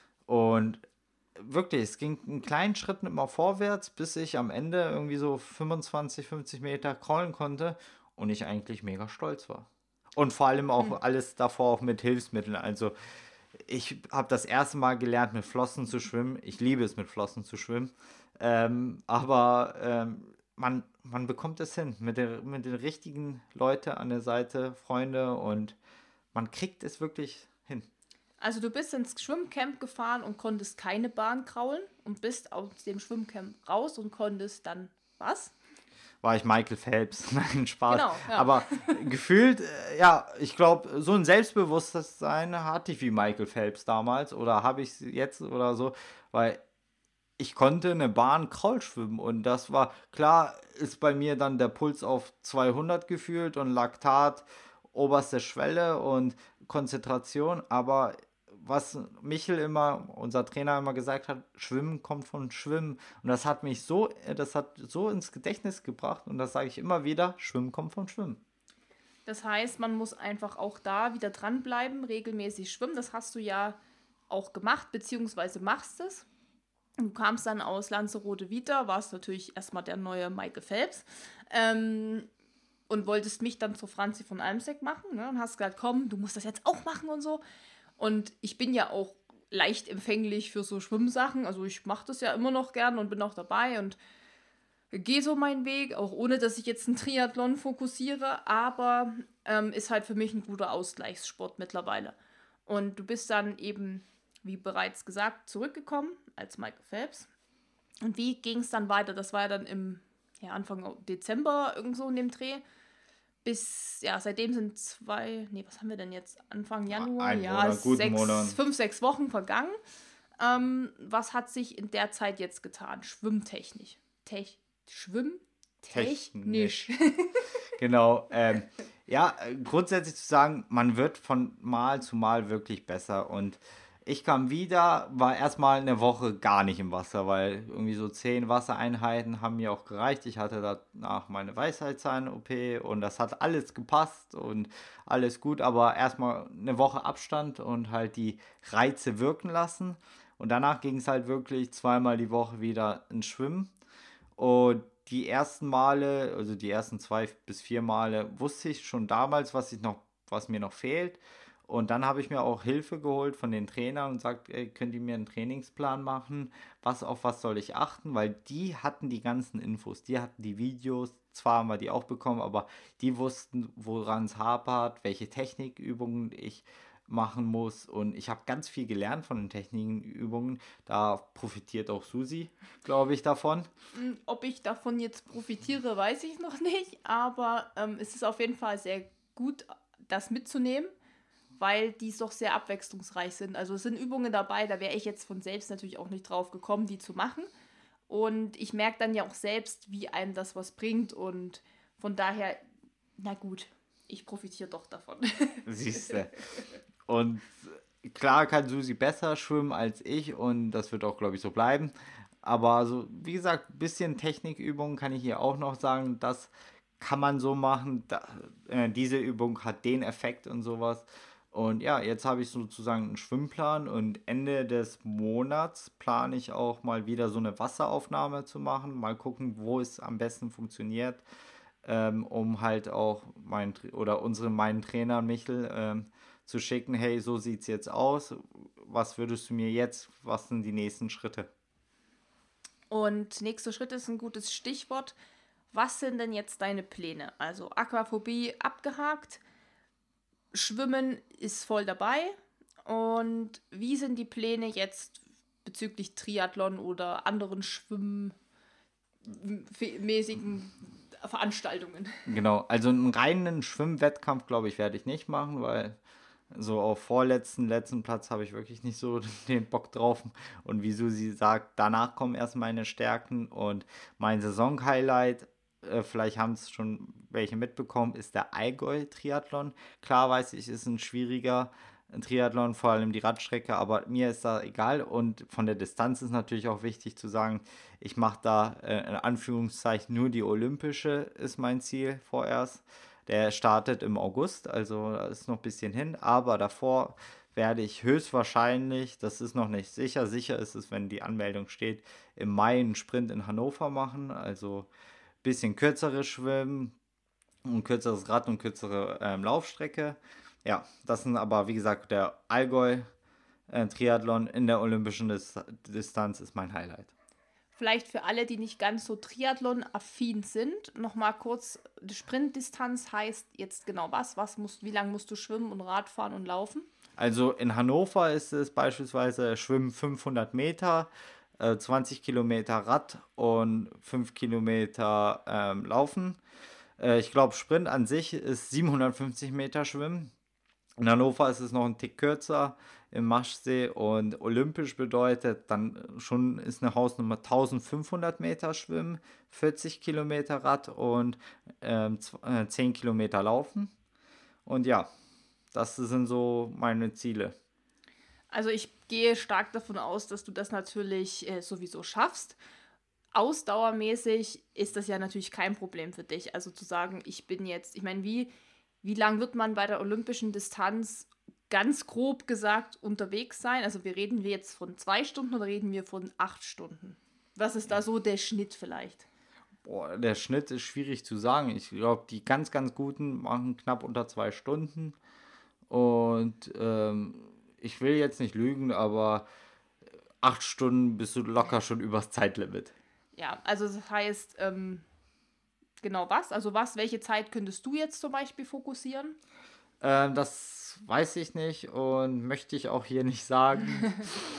Und wirklich, es ging in kleinen Schritten immer vorwärts, bis ich am Ende irgendwie so fünfundzwanzig, fünfzig Meter kraulen konnte und ich eigentlich mega stolz war. Und vor allem auch Hm. alles davor auch mit Hilfsmitteln. Also ich habe das erste Mal gelernt, mit Flossen zu schwimmen. Ich liebe es, mit Flossen zu schwimmen. Ähm, aber ähm, man, man bekommt es hin mit, der, mit den richtigen Leuten an der Seite, Freunde, und man kriegt es wirklich hin. Also du bist ins Schwimmcamp gefahren und konntest keine Bahn kraulen und bist aus dem Schwimmcamp raus und konntest dann was? War ich Michael Phelps. Nein, Spaß. Genau, ja. Aber gefühlt, äh, ja, ich glaube, so ein Selbstbewusstsein hatte ich wie Michael Phelps damals oder habe ich jetzt oder so, weil ich konnte eine Bahn Kraul schwimmen und das war, klar ist bei mir dann der Puls auf zweihundert gefühlt und Laktat oberste Schwelle und Konzentration, aber was Michel immer, unser Trainer immer gesagt hat, Schwimmen kommt von Schwimmen und das hat mich so, das hat so ins Gedächtnis gebracht und das sage ich immer wieder, Schwimmen kommt von Schwimmen. Das heißt, man muss einfach auch da wieder dranbleiben, regelmäßig schwimmen. Das hast du ja auch gemacht, beziehungsweise machst es. Du kamst dann aus Lanzarote wieder, warst natürlich erstmal der neue Michael Phelps ähm, und wolltest mich dann zur Franzi von Almseck machen, ne? Und hast gesagt, komm, du musst das jetzt auch machen und so. Und ich bin ja auch leicht empfänglich für so Schwimmsachen, also ich mache das ja immer noch gern und bin auch dabei und gehe so meinen Weg, auch ohne, dass ich jetzt einen Triathlon fokussiere, aber ähm, ist halt für mich ein guter Ausgleichssport mittlerweile. Und du bist dann eben, wie bereits gesagt, zurückgekommen als Michael Phelps. Und wie ging es dann weiter? Das war ja dann im ja, Anfang Dezember irgend so in dem Dreh. Bis, ja, seitdem sind zwei, nee, was haben wir denn jetzt? Anfang Januar? Ein ja, Monat, guten sechs, Monat. fünf, sechs Wochen vergangen. Ähm, was hat sich in der Zeit jetzt getan? Schwimmtechnisch. Tech, Schwimmtechnisch. Genau. Ähm, ja, grundsätzlich zu sagen, man wird von Mal zu Mal wirklich besser und ich kam wieder, war erstmal eine Woche gar nicht im Wasser, weil irgendwie so zehn Wassereinheiten haben mir auch gereicht. Ich hatte danach meine Weisheitszahn-O P und das hat alles gepasst und alles gut, aber erstmal eine Woche Abstand und halt die Reize wirken lassen. Und danach ging es halt wirklich zweimal die Woche wieder ins Schwimmen. Und die ersten Male, also die ersten zwei bis vier Male, wusste ich schon damals, was ich noch, was mir noch fehlt. Und dann habe ich mir auch Hilfe geholt von den Trainern und sagt, ey, könnt ihr mir einen Trainingsplan machen? Was, auf was soll ich achten? Weil die hatten die ganzen Infos, die hatten die Videos, zwar haben wir die auch bekommen, aber die wussten, woran es hapert, welche Technikübungen ich machen muss. Und ich habe ganz viel gelernt von den Technikübungen. Da profitiert auch Susi, glaube ich, davon. Ob ich davon jetzt profitiere, weiß ich noch nicht, aber ähm, es ist auf jeden Fall sehr gut, das mitzunehmen, weil die doch sehr abwechslungsreich sind. Also es sind Übungen dabei, da wäre ich jetzt von selbst natürlich auch nicht drauf gekommen, die zu machen. Und ich merke dann ja auch selbst, wie einem das was bringt. Und von daher, na gut, ich profitiere doch davon. Siehst du. Und klar kann Susi besser schwimmen als ich und das wird auch, glaube ich, so bleiben. Aber so, wie gesagt, ein bisschen Technikübungen kann ich hier auch noch sagen. Das kann man so machen. Da, äh, diese Übung hat den Effekt und sowas. Und ja, jetzt habe ich sozusagen einen Schwimmplan und Ende des Monats plane ich auch mal wieder so eine Wasseraufnahme zu machen. Mal gucken, wo es am besten funktioniert, ähm, um halt auch mein oder unsere meinen Trainer Michel ähm, zu schicken, hey, so sieht es jetzt aus. Was würdest du mir jetzt, was sind die nächsten Schritte? Und nächster Schritt ist ein gutes Stichwort. Was sind denn jetzt deine Pläne? Also Aquaphobie abgehakt, Schwimmen ist voll dabei. Und wie sind die Pläne jetzt bezüglich Triathlon oder anderen schwimmmäßigen Veranstaltungen? Genau, also einen reinen Schwimmwettkampf, glaube ich, werde ich nicht machen, weil so auf vorletzten, letzten Platz habe ich wirklich nicht so den Bock drauf. Und wie Susi sagt, danach kommen erst meine Stärken und mein Saison-Highlight, äh, vielleicht haben es schon welche mitbekommen, ist der Allgäu-Triathlon. Klar weiß ich, ist ein schwieriger ein Triathlon, vor allem die Radstrecke, aber mir ist da egal und von der Distanz ist natürlich auch wichtig zu sagen, ich mache da äh, in Anführungszeichen nur die olympische, ist mein Ziel vorerst. Der startet im August, also da ist noch ein bisschen hin, aber davor werde ich höchstwahrscheinlich, das ist noch nicht sicher, sicher ist es, wenn die Anmeldung steht, im Mai einen Sprint in Hannover machen, also ein bisschen kürzeres Schwimmen, ein kürzeres Rad und kürzere ähm, Laufstrecke. Ja, das sind aber, wie gesagt, der Allgäu äh, Triathlon in der olympischen Dis Distanz ist mein Highlight. Vielleicht für alle, die nicht ganz so Triathlon-affin sind, nochmal kurz, die Sprintdistanz heißt jetzt genau was? was musst, wie lange musst du schwimmen und Radfahren und laufen? Also in Hannover ist es beispielsweise Schwimmen fünfhundert Meter, äh, zwanzig Kilometer Rad und fünf Kilometer ähm, Laufen. Äh, ich glaube, Sprint an sich ist siebenhundertfünfzig Meter Schwimmen. In Hannover ist es noch ein Tick kürzer im Maschsee und olympisch bedeutet dann schon ist eine Hausnummer eintausendfünfhundert Meter Schwimmen, vierzig Kilometer Rad und ähm, zehn Kilometer Laufen. Und ja, das sind so meine Ziele. Also ich gehe stark davon aus, dass du das natürlich äh, sowieso schaffst. Ausdauermäßig ist das ja natürlich kein Problem für dich. Also zu sagen, ich bin jetzt, ich meine, wie, wie lang wird man bei der olympischen Distanz ganz grob gesagt unterwegs sein? Also wir reden wir jetzt von zwei Stunden oder reden wir von acht Stunden? Was ist da so der Schnitt vielleicht? Boah, der Schnitt ist schwierig zu sagen. Ich glaube, die ganz, ganz guten machen knapp unter zwei Stunden. Und ähm, ich will jetzt nicht lügen, aber acht Stunden bist du locker schon übers Zeitlimit. Ja, also das heißt, ähm, genau was? Also was, welche Zeit könntest du jetzt zum Beispiel fokussieren? Ähm, das weiß ich nicht und möchte ich auch hier nicht sagen.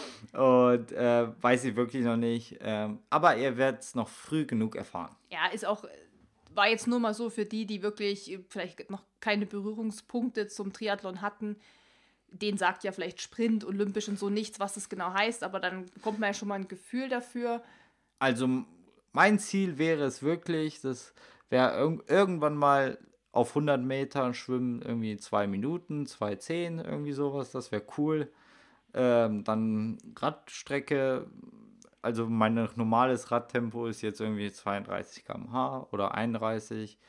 Und äh, weiß ich wirklich noch nicht. Ähm, aber ihr werdet es noch früh genug erfahren. Ja, ist auch, äh, war jetzt nur mal so für die, die wirklich äh, vielleicht noch keine Berührungspunkte zum Triathlon hatten. Den sagt ja vielleicht Sprint, Olympisch und so nichts, was das genau heißt, aber dann bekommt man ja schon mal ein Gefühl dafür. Also mein Ziel wäre es wirklich, das wäre irg irgendwann mal auf hundert Metern schwimmen, irgendwie zwei Minuten, zwei zehn, irgendwie sowas, das wäre cool. Ähm, dann Radstrecke, also mein normales Radtempo ist jetzt irgendwie zweiunddreißig Kilometer pro Stunde oder einunddreißig.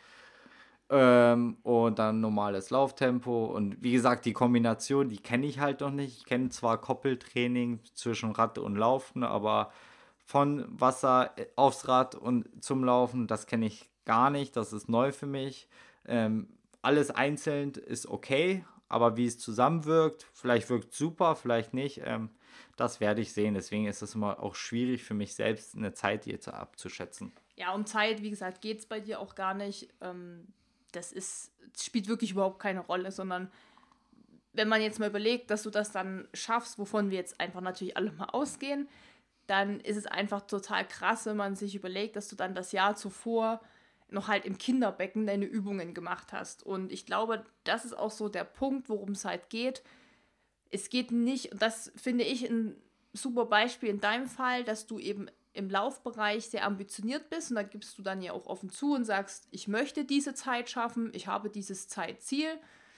Ähm, und dann normales Lauftempo. Und wie gesagt, die Kombination, die kenne ich halt noch nicht. Ich kenne zwar Koppeltraining zwischen Rad und Laufen, aber von Wasser aufs Rad und zum Laufen, das kenne ich gar nicht. Das ist neu für mich. Ähm, alles einzeln ist okay, aber wie es zusammenwirkt, vielleicht wirkt es super, vielleicht nicht, ähm, das werde ich sehen. Deswegen ist es immer auch schwierig für mich selbst, eine Zeit jetzt abzuschätzen. Ja, um Zeit, wie gesagt, geht es bei dir auch gar nicht. Ähm, das ist, das spielt wirklich überhaupt keine Rolle, sondern wenn man jetzt mal überlegt, dass du das dann schaffst, wovon wir jetzt einfach natürlich alle mal ausgehen, dann ist es einfach total krass, wenn man sich überlegt, dass du dann das Jahr zuvor noch halt im Kinderbecken deine Übungen gemacht hast. Und ich glaube, das ist auch so der Punkt, worum es halt geht. Es geht nicht, und das finde ich ein super Beispiel in deinem Fall, dass du eben im Laufbereich sehr ambitioniert bist und da gibst du dann ja auch offen zu und sagst, ich möchte diese Zeit schaffen, ich habe dieses Zeitziel.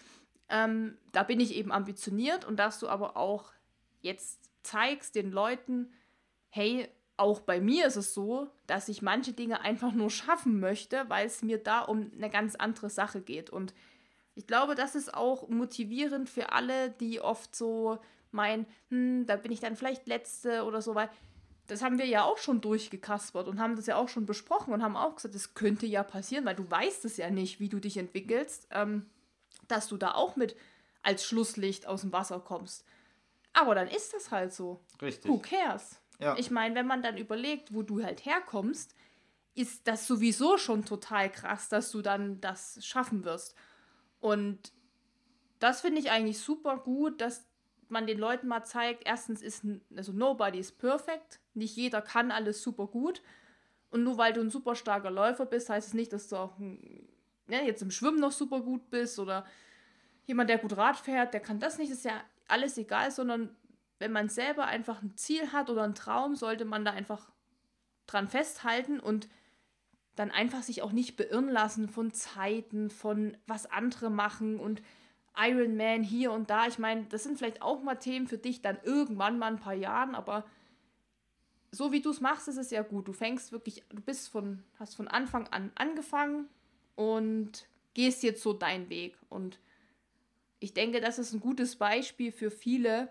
Ähm, da bin ich eben ambitioniert und dass du aber auch jetzt zeigst den Leuten, hey, auch bei mir ist es so, dass ich manche Dinge einfach nur schaffen möchte, weil es mir da um eine ganz andere Sache geht. Und ich glaube, das ist auch motivierend für alle, die oft so meinen, hm, da bin ich dann vielleicht Letzte oder so, weil das haben wir ja auch schon durchgekaspert und haben das ja auch schon besprochen und haben auch gesagt, das könnte ja passieren, weil du weißt es ja nicht, wie du dich entwickelst, ähm, dass du da auch mit als Schlusslicht aus dem Wasser kommst. Aber dann ist das halt so. Richtig. Who cares? Ja. Ich meine, wenn man dann überlegt, wo du halt herkommst, ist das sowieso schon total krass, dass du dann das schaffen wirst. Und das finde ich eigentlich super gut, dass man den Leuten mal zeigt, erstens ist, also nobody is perfect, nicht jeder kann alles super gut. Und nur weil du ein super starker Läufer bist, heißt es nicht, dass du auch ein, ne, jetzt im Schwimmen noch super gut bist oder jemand, der gut Rad fährt, der kann das nicht, das ist ja alles egal, sondern wenn man selber einfach ein Ziel hat oder einen Traum, sollte man da einfach dran festhalten und dann einfach sich auch nicht beirren lassen von Zeiten, von was andere machen und Ironman hier und da. Ich meine, das sind vielleicht auch mal Themen für dich dann irgendwann mal ein paar Jahren, aber so wie du es machst, ist es ja gut. Du fängst wirklich, du bist von, hast von Anfang an angefangen und gehst jetzt so deinen Weg. Und ich denke, das ist ein gutes Beispiel für viele,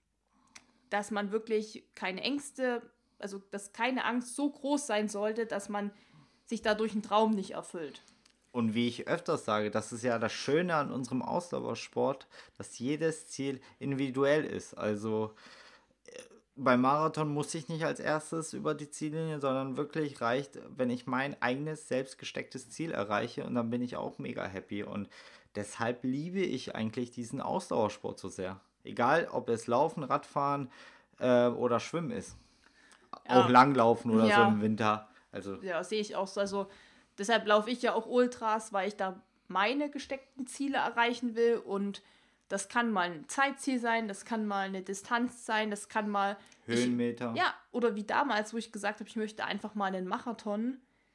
dass man wirklich keine Ängste, also dass keine Angst so groß sein sollte, dass man sich dadurch einen Traum nicht erfüllt. Und wie ich öfters sage, das ist ja das Schöne an unserem Ausdauersport, dass jedes Ziel individuell ist. Also äh, beim Marathon muss ich nicht als erstes über die Ziellinie, sondern wirklich reicht, wenn ich mein eigenes, selbst gestecktes Ziel erreiche, und dann bin ich auch mega happy. Und deshalb liebe ich eigentlich diesen Ausdauersport so sehr. Egal, ob es Laufen, Radfahren äh, oder Schwimmen ist. Ja. Auch Langlaufen oder Ja. so im Winter. Also Ja, sehe ich auch so. Also deshalb laufe ich ja auch Ultras, weil ich da meine gesteckten Ziele erreichen will. Und das kann mal ein Zeitziel sein, das kann mal eine Distanz sein, das kann mal... Höhenmeter. Ich, ja, oder wie damals, wo ich gesagt habe, ich möchte einfach mal einen Marathon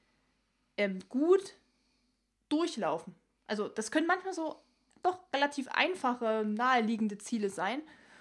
ähm, gut durchlaufen. Also das können manchmal so doch relativ einfache, naheliegende Ziele sein.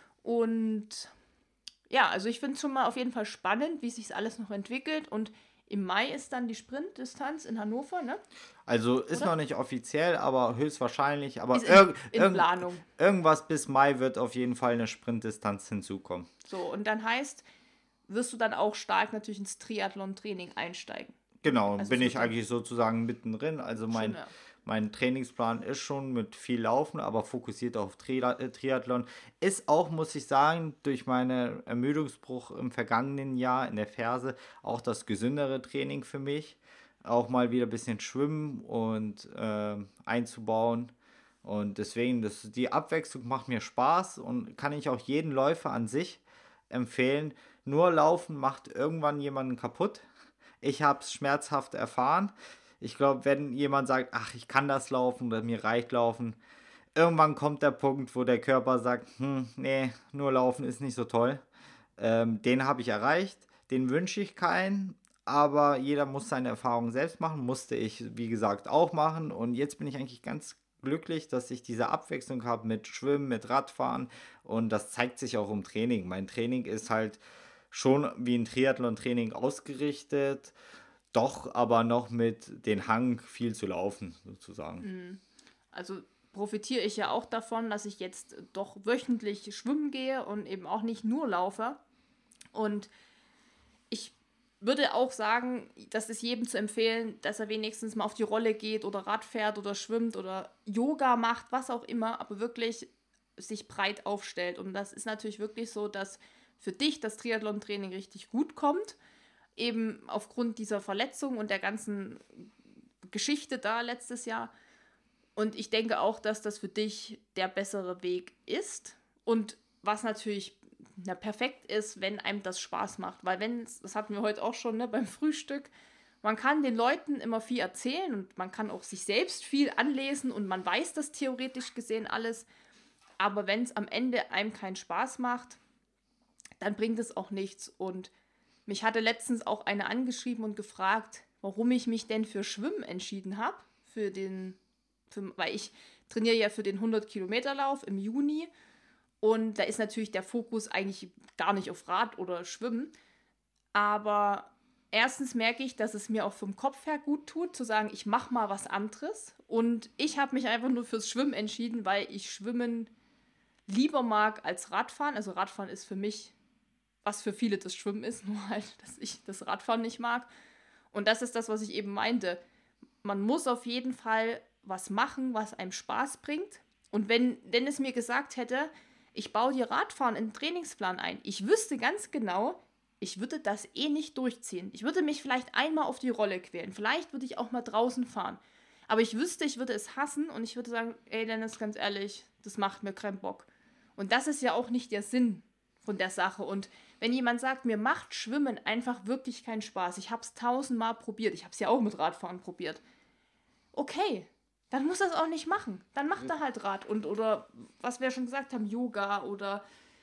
Und ja, also ich finde es schon mal auf jeden Fall spannend, wie sich alles noch entwickelt. Und im Mai ist dann die Sprintdistanz in Hannover, ne? Also ist Oder? noch nicht offiziell, aber höchstwahrscheinlich. Aber Ist in, irg in irg Planung. irgendwas bis Mai wird auf jeden Fall eine Sprintdistanz hinzukommen. So, und dann heißt, wirst du dann auch stark natürlich ins Triathlon-Training einsteigen. Genau, Also bin so ich dann- eigentlich sozusagen mittendrin. Also mein, Schon, ja. mein Trainingsplan ist schon mit viel Laufen, aber fokussiert auf Tri äh, Triathlon. Ist auch, muss ich sagen, durch meinen Ermüdungsbruch im vergangenen Jahr in der Ferse auch das gesündere Training für mich. Auch mal wieder ein bisschen schwimmen und äh, einzubauen. Und deswegen, das, die Abwechslung macht mir Spaß und kann ich auch jeden Läufer an sich empfehlen. Nur Laufen macht irgendwann jemanden kaputt. Ich habe es schmerzhaft erfahren. Ich glaube, wenn jemand sagt, ach, ich kann das laufen oder mir reicht Laufen, irgendwann kommt der Punkt, wo der Körper sagt, hm, nee, nur Laufen ist nicht so toll. Ähm, den habe ich erreicht, den wünsche ich keinen, aber jeder muss seine Erfahrungen selbst machen, musste ich, wie gesagt, auch machen. Und jetzt bin ich eigentlich ganz glücklich, dass ich diese Abwechslung habe mit Schwimmen, mit Radfahren, und das zeigt sich auch im Training. Mein Training ist halt schon wie ein Triathlon-Training ausgerichtet, doch aber noch mit den Hang viel zu laufen, sozusagen. Also profitiere ich ja auch davon, dass ich jetzt doch wöchentlich schwimmen gehe und eben auch nicht nur laufe. Und ich würde auch sagen, das ist jedem zu empfehlen, dass er wenigstens mal auf die Rolle geht oder Rad fährt oder schwimmt oder Yoga macht, was auch immer, aber wirklich sich breit aufstellt. Und das ist natürlich wirklich so, dass für dich das Triathlon-Training richtig gut kommt, eben aufgrund dieser Verletzung und der ganzen Geschichte da letztes Jahr. Und ich denke auch, dass das für dich der bessere Weg ist. Und was natürlich na, perfekt ist, wenn einem das Spaß macht. Weil wenn, das hatten wir heute auch schon, ne, beim Frühstück, man kann den Leuten immer viel erzählen und man kann auch sich selbst viel anlesen und man weiß das theoretisch gesehen alles. Aber wenn es am Ende einem keinen Spaß macht, dann bringt es auch nichts. Und mich hatte letztens auch eine angeschrieben und gefragt, warum ich mich denn für Schwimmen entschieden habe. Für den, für, weil ich trainiere ja für den hundert-Kilometer-Lauf im Juni. Und da ist natürlich der Fokus eigentlich gar nicht auf Rad oder Schwimmen. Aber erstens merke ich, dass es mir auch vom Kopf her gut tut, zu sagen, ich mache mal was anderes. Und ich habe mich einfach nur fürs Schwimmen entschieden, weil ich Schwimmen lieber mag als Radfahren. Also Radfahren ist für mich, was für viele das Schwimmen ist, nur halt, dass ich das Radfahren nicht mag. Und das ist das, was ich eben meinte. Man muss auf jeden Fall was machen, was einem Spaß bringt. Und wenn Dennis mir gesagt hätte, ich baue dir Radfahren in den Trainingsplan ein, ich wüsste ganz genau, ich würde das eh nicht durchziehen. Ich würde mich vielleicht einmal auf die Rolle quälen. Vielleicht würde ich auch mal draußen fahren. Aber ich wüsste, ich würde es hassen und ich würde sagen, ey Dennis, ganz ehrlich, das macht mir keinen Bock. Und das ist ja auch nicht der Sinn von der Sache. Und wenn jemand sagt, mir macht Schwimmen einfach wirklich keinen Spaß, ich habe es tausendmal probiert, ich habe es ja auch mit Radfahren probiert, okay, dann muss er es auch nicht machen. Dann macht er halt Rad und oder, was wir schon gesagt haben, Yoga oder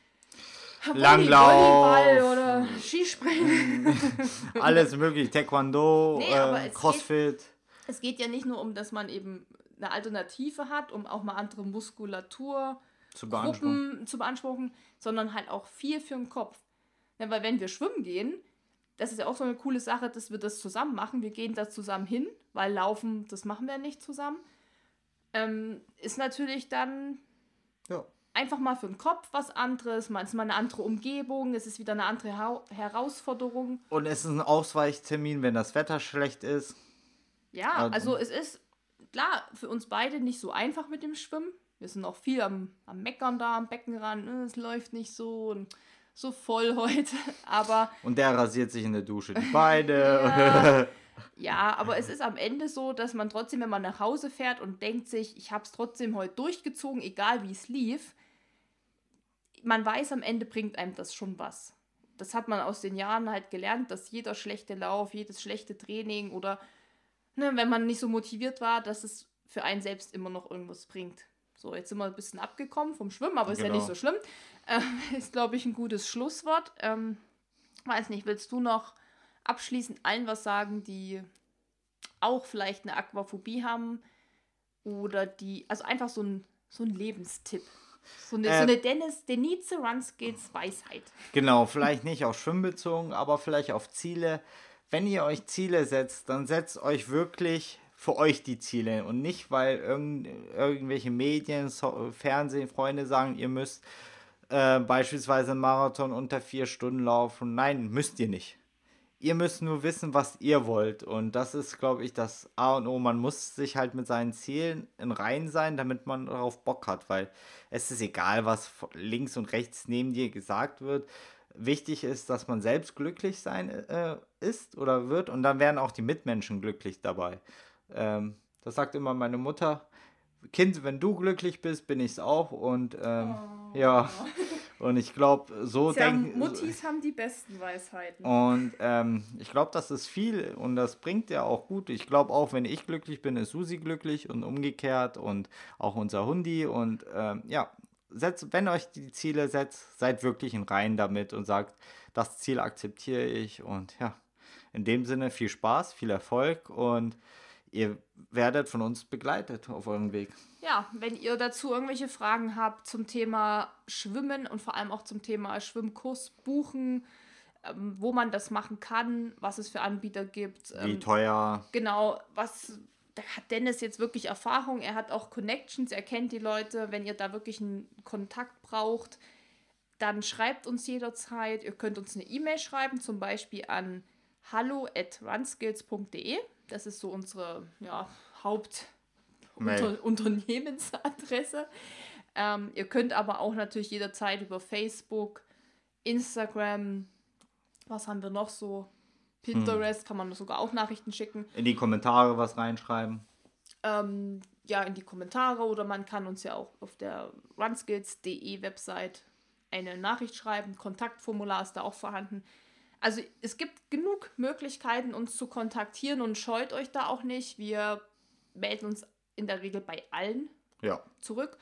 Langlauf, Volleyball oder Skispringen. alles möglich, Taekwondo, Nee, aber äh, es Crossfit. Es geht ja nicht nur um, dass man eben eine Alternative hat, um auch mal andere Muskulatur Zu beanspruchen. Gruppen zu beanspruchen, sondern halt auch viel für den Kopf. Ja, weil wenn wir schwimmen gehen, das ist ja auch so eine coole Sache, dass wir das zusammen machen. Wir gehen da zusammen hin, weil Laufen, das machen wir nicht zusammen. Ähm, ist natürlich dann Ja. einfach mal für den Kopf was anderes, mal ist mal eine andere Umgebung, es ist wieder eine andere Hau- Herausforderung. Und es ist ein Ausweichtermin, wenn das Wetter schlecht ist. Ja, Also- also es ist, klar, für uns beide nicht so einfach mit dem Schwimmen. Wir sind auch viel am, am Meckern da, am Beckenrand, äh, es läuft nicht so und so voll heute, aber Und der rasiert sich in der Dusche die Beine. Ja. ja, aber es ist am Ende so, dass man trotzdem, wenn man nach Hause fährt und denkt sich, ich habe es trotzdem heute durchgezogen, egal wie es lief, man weiß, am Ende bringt einem das schon was. Das hat man aus den Jahren halt gelernt, dass jeder schlechte Lauf, jedes schlechte Training oder ne, wenn man nicht so motiviert war, dass es für einen selbst immer noch irgendwas bringt. So, jetzt sind wir ein bisschen abgekommen vom Schwimmen, aber ist ja Genau. nicht so schlimm. Ähm, ist, glaube ich, ein gutes Schlusswort. Ähm, weiß nicht, willst du noch abschließend allen was sagen, die auch vielleicht eine Aquaphobie haben oder die, also einfach so ein, so ein Lebenstipp. So eine, Äh, so eine Dennis, Denice Runskills Weisheit. Genau, vielleicht nicht auf Schwimmen bezogen, aber vielleicht auf Ziele. Wenn ihr euch Ziele setzt, dann setzt euch wirklich für euch die Ziele und nicht, weil irgend, irgendwelche Medien, so, Fernsehen, Freunde sagen, ihr müsst äh, beispielsweise einen Marathon unter vier Stunden laufen. Nein, müsst ihr nicht. Ihr müsst nur wissen, was ihr wollt. Und das ist, glaube ich, das A und O. Man muss sich halt mit seinen Zielen in Reihen sein, damit man darauf Bock hat. Weil es ist egal, was links und rechts neben dir gesagt wird. Wichtig ist, dass man selbst glücklich sein äh, ist oder wird. Und dann werden auch die Mitmenschen glücklich dabei. Ähm, das sagt immer meine Mutter. Kind, wenn du glücklich bist, bin ich es auch. Und ähm, Oh. ja, und ich glaube, so Tja, denken... Muttis haben die besten Weisheiten. Und ähm, ich glaube, das ist viel und das bringt ja auch gut. Ich glaube auch, wenn ich glücklich bin, ist Susi glücklich und umgekehrt und auch unser Hundi. Und ähm, ja, setzt, wenn euch die Ziele setzt, seid wirklich in Reihen damit und sagt, das Ziel akzeptiere ich. Und ja, in dem Sinne viel Spaß, viel Erfolg und ihr werdet von uns begleitet auf eurem Weg. Ja, wenn ihr dazu irgendwelche Fragen habt zum Thema Schwimmen und vor allem auch zum Thema Schwimmkurs buchen, ähm, wo man das machen kann, was es für Anbieter gibt. Wie Ähm, teuer. genau, was, da hat Dennis jetzt wirklich Erfahrung, er hat auch Connections, er kennt die Leute. Wenn ihr da wirklich einen Kontakt braucht, dann schreibt uns jederzeit. Ihr könnt uns eine E-Mail schreiben, zum Beispiel an hallo at runskills punkt de. Das ist so unsere ja, Haupt- Mail. Unter Unternehmensadresse. Ähm, ihr könnt aber auch natürlich jederzeit über Facebook, Instagram, was haben wir noch so? Pinterest, hm. kann man sogar auch Nachrichten schicken. In die Kommentare was reinschreiben. Ähm, ja, in die Kommentare oder man kann uns ja auch auf der runskills punkt de Website eine Nachricht schreiben. Kontaktformular ist da auch vorhanden. Also es gibt genug Möglichkeiten, uns zu kontaktieren und scheut euch da auch nicht. Wir melden uns in der Regel bei allen ja. zurück.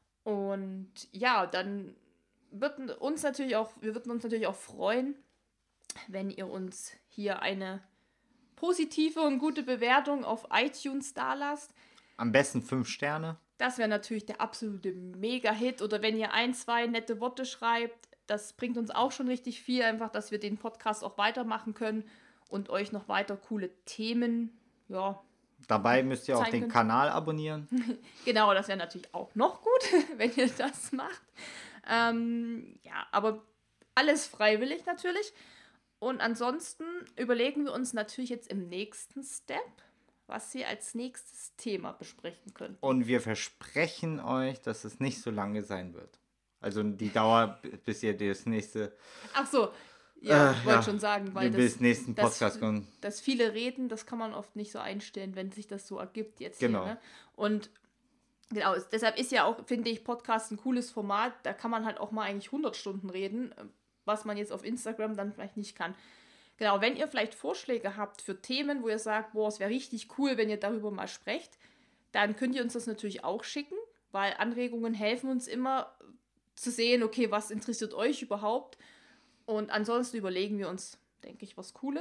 Und ja, dann würden uns natürlich auch, wir würden uns natürlich auch freuen, wenn ihr uns hier eine positive und gute Bewertung auf iTunes dalasst. Am besten fünf Sterne. Das wäre natürlich der absolute Mega-Hit. Oder wenn ihr ein, zwei nette Worte schreibt, das bringt uns auch schon richtig viel, einfach, dass wir den Podcast auch weitermachen können und euch noch weiter coole Themen, ja. Dabei müsst ihr auch den könnt. Kanal abonnieren. Genau, das wäre natürlich auch noch gut, wenn ihr das macht. Ähm, ja, aber alles freiwillig natürlich. Und ansonsten überlegen wir uns natürlich jetzt im nächsten Step, was wir als nächstes Thema besprechen können. Und wir versprechen euch, dass es nicht so lange sein wird. Also die Dauer, bis ihr das nächste... Ach so, ja, äh, wollte ja, schon sagen, weil bis das, nächsten Podcast das, kommen. das viele reden, das kann man oft nicht so einstellen, wenn sich das so ergibt jetzt genau. hier. Ne? Und genau, deshalb ist ja auch, finde ich, Podcast ein cooles Format. Da kann man halt auch mal eigentlich hundert Stunden reden, was man jetzt auf Instagram dann vielleicht nicht kann. Genau, wenn ihr vielleicht Vorschläge habt für Themen, wo ihr sagt, boah, es wäre richtig cool, wenn ihr darüber mal sprecht, dann könnt ihr uns das natürlich auch schicken, weil Anregungen helfen uns immer zu sehen, okay, was interessiert euch überhaupt? Und ansonsten überlegen wir uns, denke ich, was Cooles.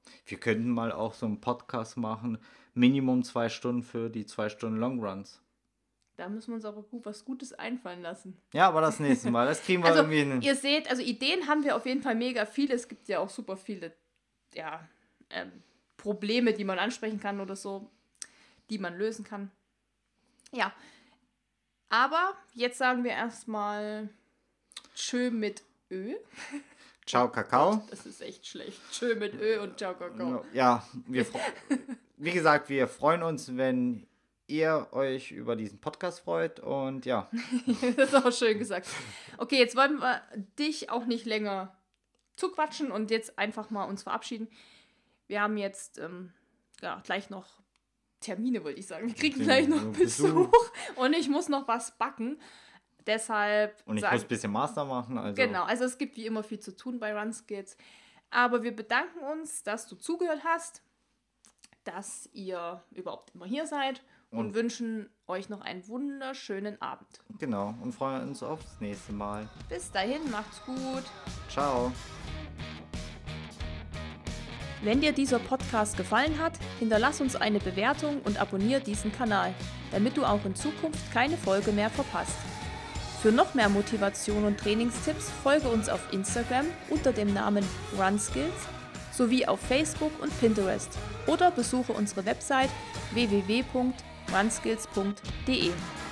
Wir könnten mal auch so einen Podcast machen, Minimum zwei Stunden für die zwei Stunden Longruns. Da müssen wir uns aber gut was Gutes einfallen lassen. Ja, aber das nächste Mal, das kriegen wir also, irgendwie hin. Ihr seht, also Ideen haben wir auf jeden Fall mega viele. Es gibt ja auch super viele, ja, ähm, Probleme, die man ansprechen kann oder so, die man lösen kann. Ja, aber jetzt sagen wir erstmal Tschö mit Ö. Ciao, Kakao. Das ist echt schlecht. Tschö mit Ö und Ciao, Kakao. Ja, wir, wie gesagt, wir freuen uns, wenn ihr euch über diesen Podcast freut und ja. Das ist auch schön gesagt. Okay, jetzt wollen wir dich auch nicht länger zuquatschen und jetzt einfach mal uns verabschieden. Wir haben jetzt ähm, ja, gleich noch Termine, wollte ich sagen. Wir kriegen gleich noch Besuch. Besuch und ich muss noch was backen. Deshalb. Und ich sagen, muss ein bisschen Master machen. Also. Genau, also es gibt wie immer viel zu tun bei Runskills. Aber wir bedanken uns, dass du zugehört hast, dass ihr überhaupt immer hier seid und, und wünschen euch noch einen wunderschönen Abend. Genau, und freuen uns aufs nächste Mal. Bis dahin, macht's gut. Ciao. Wenn dir dieser Podcast gefallen hat, hinterlass uns eine Bewertung und abonniere diesen Kanal, damit du auch in Zukunft keine Folge mehr verpasst. Für noch mehr Motivation und Trainingstipps folge uns auf Instagram unter dem Namen Runskills sowie auf Facebook und Pinterest oder besuche unsere Website w w w punkt runskills punkt d e.